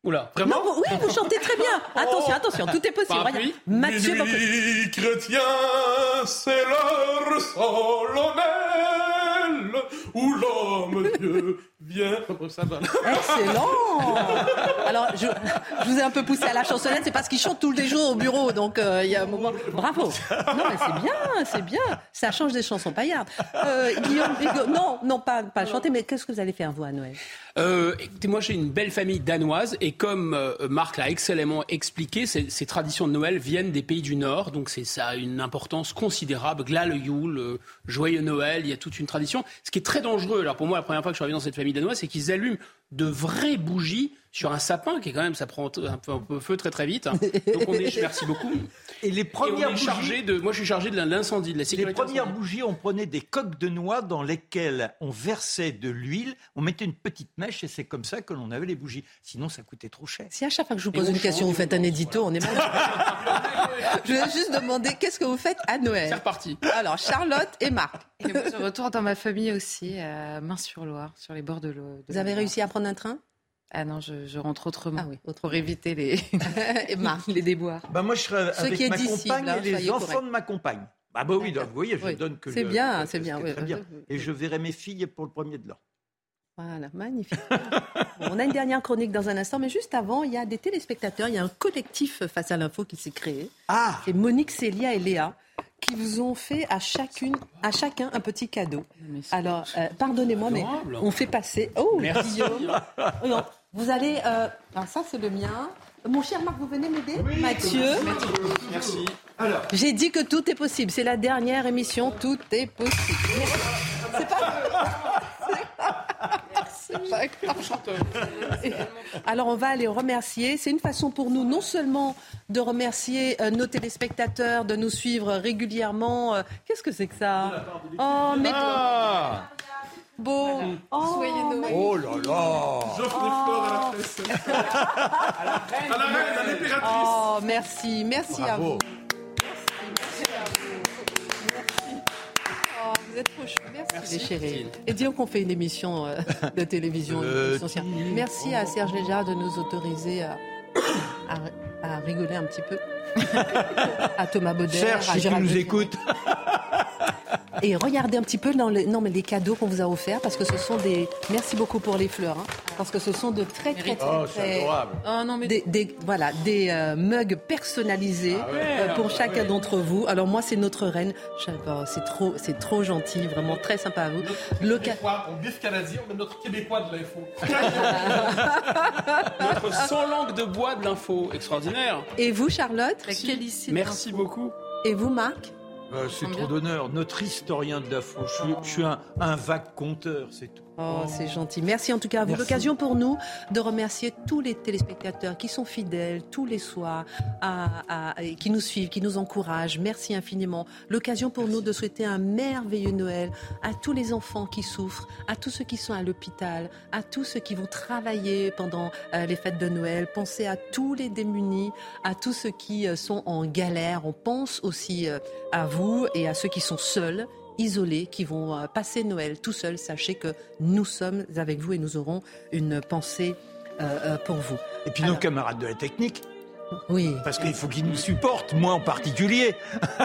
Oula, vraiment non, Oui, vous chantez très bien. Attention, attention, tout est possible. Parapluie. Mathieu Minuit chrétien, c'est l'heure solennelle où l'homme Dieu vient. Excellent. Alors, je, je vous ai un peu poussé à la chansonnette, c'est parce qu'il chante tous les jours au bureau, donc il euh, y a un moment. Bravo. Non, mais c'est bien, c'est bien. Ça change des chansons paillardes. Euh, Guillaume Bigot, non, non, pas, pas chanter, mais qu'est-ce que vous allez faire, vous, à Noël? Euh, écoutez, moi j'ai une belle famille danoise et comme euh, Marc l'a excellemment expliqué, ces, ces traditions de Noël viennent des pays du Nord, donc c'est, ça a une importance considérable. Glad Jul, euh, joyeux Noël, il y a toute une tradition. Ce qui est très dangereux, alors pour moi la première fois que je suis arrivé dans cette famille danoise, c'est qu'ils allument de vraies bougies sur un sapin qui est quand même, ça prend un peu, un peu feu très très vite. Hein. Donc on est, merci beaucoup. Et les premières et on est chargé bougies, de, moi je suis chargé de l'incendie, de la sécurité. Les premières incendie. bougies, on prenait des coques de noix dans lesquelles on versait de l'huile, on mettait une petite mèche et c'est comme ça que l'on avait les bougies. Sinon ça coûtait trop cher. Si à chaque fois que je vous pose une question, vous faites un édito, on est mal. Je vais juste demander qu'est-ce que vous faites à Noël. C'est reparti. Alors Charlotte et Marc. Et moi, je retourne dans ma famille aussi, à Main-sur-Loire, sur les bords de l'eau. Vous avez réussi à prendre un train? Ah non, je, je rentre autrement. Ah oui, autrement. Pour éviter les, et Marc, les déboires. Bah moi je serais Ce avec qui est ma d'ici, compagne là, et les soyez enfants correct. de ma compagne. Ah bah oui, donc, vous voyez, je Oui. donne que C'est le- bien, que- c'est bien, que oui. très bien. Et je verrai mes filles pour le premier de l'an. Voilà, magnifique. Bon, on a une dernière chronique dans un instant, mais juste avant, il y a des téléspectateurs, il y a un collectif Face à l'info qui s'est créé. Ah. C'est Monique, Célia et Léa qui vous ont fait à chacune, à chacun un petit cadeau. Alors, euh, pardonnez-moi, mais adorable. on fait passer. Oh, Merci. Guillaume. Non, vous allez. Euh... Alors ça, c'est le mien. Mon cher Marc, vous venez m'aider, Mathieu. Merci. J'ai dit que tout est possible. C'est la dernière émission. Tout est possible. C'est pas. C'est pas grave. Alors on va aller remercier. C'est une façon pour nous non seulement de remercier euh, nos téléspectateurs, de nous suivre régulièrement. Euh, qu'est-ce que c'est que ça? Oh, mais Ah. beau. Oh, Soyez Noël. Oh là là. J'offre des fleurs à la fesse. À la reine, à l'impératrice. Oh, merci, merci à Bravo. vous. Merci, merci à vous. Merci. Oh, vous êtes trop chou. Merci, Merci, les chéris. Christine. Et disons qu'on fait une émission euh, de télévision. une émission science. Merci à Serge Léjard de nous autoriser à, à, à rigoler un petit peu. À Thomas Baudet, Serge, à si tu Gérald nous Depardieu. écoutes. Et regardez un petit peu dans les, non, mais les cadeaux qu'on vous a offerts, parce que ce sont des... Merci beaucoup pour les fleurs, hein, parce que ce sont de très, très, très... Oh, très- c'est adorable. Oh non, mais Des, des- voilà, des euh, mugs personnalisés euh, pour chacun d'entre vous. Alors moi, c'est notre reine. Je sais pas, c'est trop, c'est trop gentil, vraiment très sympa à vous. Le ca- Québécois, on bif canadien, on met notre Québécois de l'info. Notre sans langue de bois de l'info. Extraordinaire. Et vous, Charlotte? la qualité. Merci beaucoup. Et vous, Marc? Euh, c'est trop d'honneur. Notre historien de la faux. Je suis, je suis un, un vague conteur, c'est tout. Oh, c'est gentil. Merci en tout cas à vous. Merci. L'occasion pour nous de remercier tous les téléspectateurs qui sont fidèles tous les soirs, à, à- et qui nous suivent, qui nous encouragent. Merci infiniment. L'occasion pour nous de souhaiter un merveilleux Noël à tous les enfants qui souffrent, à tous ceux qui sont à l'hôpital, à tous ceux qui vont travailler pendant euh, les fêtes de Noël. Pensez à tous les démunis, à tous ceux qui euh, sont en galère. On pense aussi euh, à vous et à ceux qui sont seuls, isolés, qui vont euh, passer Noël tout seuls. Sachez que nous sommes avec vous et nous aurons une pensée euh, euh, pour vous. Et puis Alors- nos camarades de la technique, Oui. parce qu'il faut qu'ils nous supportent, moi en particulier.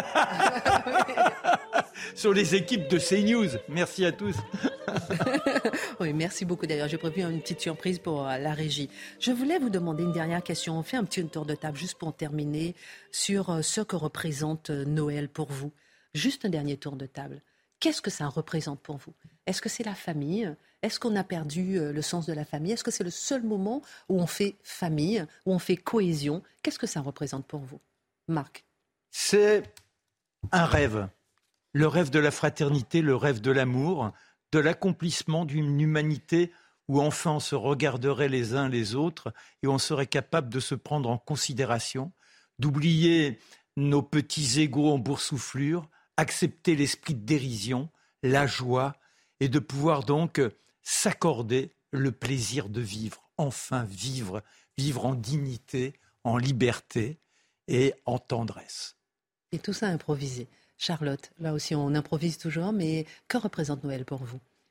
Sur les équipes de CNews. Merci à tous. Oui, merci beaucoup. D'ailleurs, j'ai prévu une petite surprise pour euh, la régie. Je voulais vous demander une dernière question. On fait un petit tour de table juste pour terminer sur euh, ce que représente euh, Noël pour vous. Juste un dernier tour de table. Qu'est-ce que ça représente pour vous? Est-ce que c'est la famille? Est-ce qu'on a perdu euh, le sens de la famille? Est-ce que c'est le seul moment où on fait famille, où on fait cohésion? Qu'est-ce que ça représente pour vous? Marc? C'est un rêve. Le rêve de la fraternité, le rêve de l'amour, de l'accomplissement d'une humanité où enfin on se regarderait les uns les autres et on serait capable de se prendre en considération, d'oublier nos petits égos en boursouflure, accepter l'esprit de dérision, la joie et de pouvoir donc s'accorder le plaisir de vivre, enfin vivre, vivre en dignité, en liberté et en tendresse. Et tout ça improvisé. Charlotte, là aussi on improvise toujours, mais que représente Noël pour vous?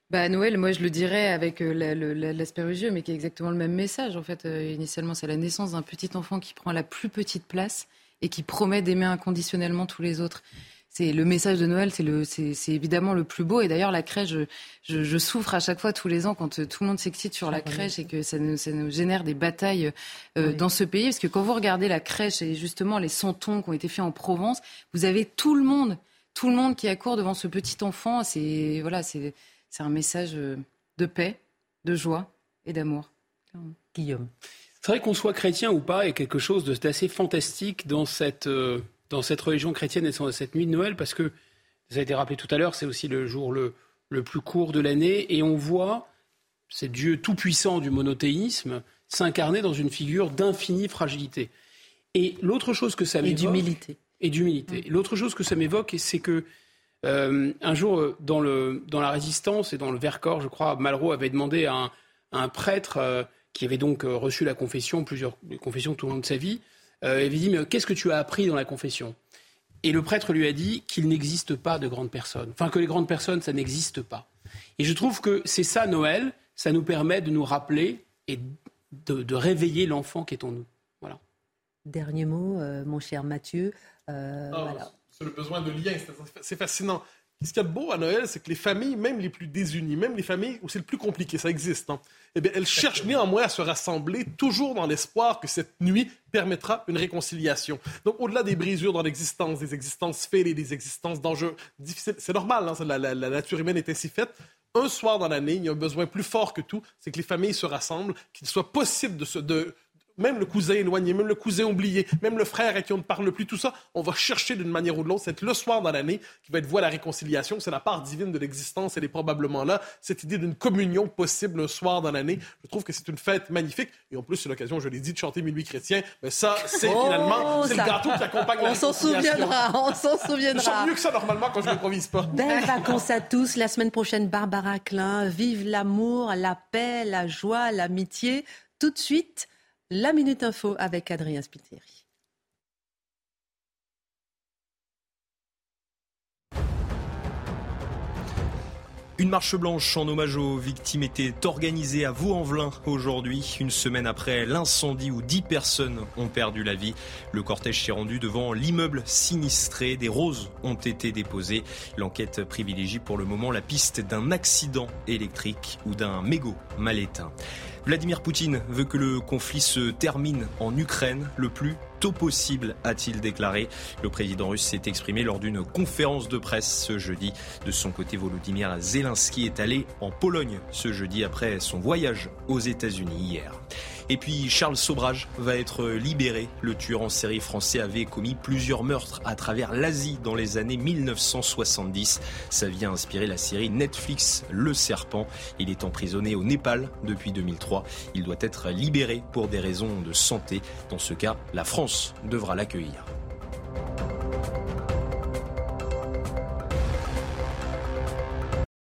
Bah, Noël, moi je le dirais avec euh, la, le, la, l'aspect religieux, mais qui est exactement le même message. En fait, euh, initialement, c'est la naissance d'un petit enfant qui prend la plus petite place et qui promet d'aimer inconditionnellement tous les autres. C'est le message de Noël, c'est, le, c'est, c'est évidemment le plus beau. Et d'ailleurs, la crèche, je, je, je souffre à chaque fois, tous les ans, quand euh, tout le monde s'excite sur la crèche et que ça nous, ça nous génère des batailles euh, oui. dans ce pays. Parce que quand vous regardez la crèche et justement les santons qui ont été faits en Provence, vous avez tout le monde, tout le monde qui accourt devant ce petit enfant. C'est, voilà, c'est, c'est un message de paix, de joie et d'amour. Guillaume. C'est vrai qu'on soit chrétien ou pas, il y a quelque chose d'assez fantastique dans cette... Euh... dans cette religion chrétienne et dans cette nuit de Noël, parce que, ça a été rappelé tout à l'heure, c'est aussi le jour le, le plus court de l'année, et on voit ce Dieu tout-puissant du monothéisme s'incarner dans une figure d'infinie fragilité. Et l'autre chose que ça m'évoque... Et d'humilité. Et d'humilité. Mmh. L'autre chose que ça m'évoque, c'est que euh, un jour, dans, le, dans la Résistance et dans le Vercors, je crois, Malraux avait demandé à un, à un prêtre euh, qui avait donc euh, reçu la confession, plusieurs confessions tout au long de sa vie, Euh, il lui dit, mais qu'est-ce que tu as appris dans la confession ? Et le prêtre lui a dit qu'il n'existe pas de grandes personnes. Enfin, que les grandes personnes, ça n'existe pas. Et je trouve que c'est ça, Noël. Ça nous permet de nous rappeler et de, de réveiller l'enfant qui est en nous. Voilà. Dernier mot, euh, mon cher Mathieu. Euh, oh, voilà. C'est le besoin de lien. C'est, c'est fascinant. Ce qu'il y a de beau à Noël, c'est que les familles, même les plus désunies, même les familles où c'est le plus compliqué, ça existe, hein, eh bien, elles cherchent néanmoins à se rassembler, toujours dans l'espoir que cette nuit permettra une réconciliation. Donc, au-delà des brisures dans l'existence, des existences fêlées, des existences d'enjeux difficiles, c'est normal, hein, la, la, la nature humaine est ainsi faite. Un soir dans l'année, il y a un besoin plus fort que tout, c'est que les familles se rassemblent, qu'il soit possible de se... De, même le cousin éloigné, même le cousin oublié, même le frère à qui on ne parle plus, tout ça, on va chercher d'une manière ou de l'autre. C'est le soir dans l'année qui va être voué à la réconciliation. C'est la part divine de l'existence, elle est probablement là. Cette idée d'une communion possible un soir dans l'année, je trouve que c'est une fête magnifique. Et en plus, c'est l'occasion, je l'ai dit, de chanter Minuit chrétien. Mais ça, c'est oh, finalement, c'est ça. Le gâteau qui accompagne la réconciliation. On s'en souviendra, on s'en souviendra. Je chante mieux que ça normalement quand je n'improvise pas. Belles vacances à tous. La semaine prochaine, Barbara Klein. Vive l'amour, la paix, la joie, l'amitié. Tout de suite, la Minute Info avec Adrien Spiteri. Une marche blanche en hommage aux victimes était organisée à Vaux-en-Velin aujourd'hui, une semaine après l'incendie où dix personnes ont perdu la vie. Le cortège s'est rendu devant l'immeuble sinistré. Des roses ont été déposées. L'enquête privilégie pour le moment la piste d'un accident électrique ou d'un mégot mal éteint. Vladimir Poutine veut que le conflit se termine en Ukraine le plus tôt possible, a-t-il déclaré. Le président russe s'est exprimé lors d'une conférence de presse ce jeudi. De son côté, Volodymyr Zelensky est allé en Pologne ce jeudi après son voyage aux États-Unis hier. Et puis Charles Sobrage va être libéré. Le tueur en série français avait commis plusieurs meurtres à travers l'Asie dans les années mille neuf cent soixante-dix. Sa vie a inspiré la série Netflix Le Serpent. Il est emprisonné au Népal depuis deux mille trois. Il doit être libéré pour des raisons de santé. Dans ce cas, la France devra l'accueillir.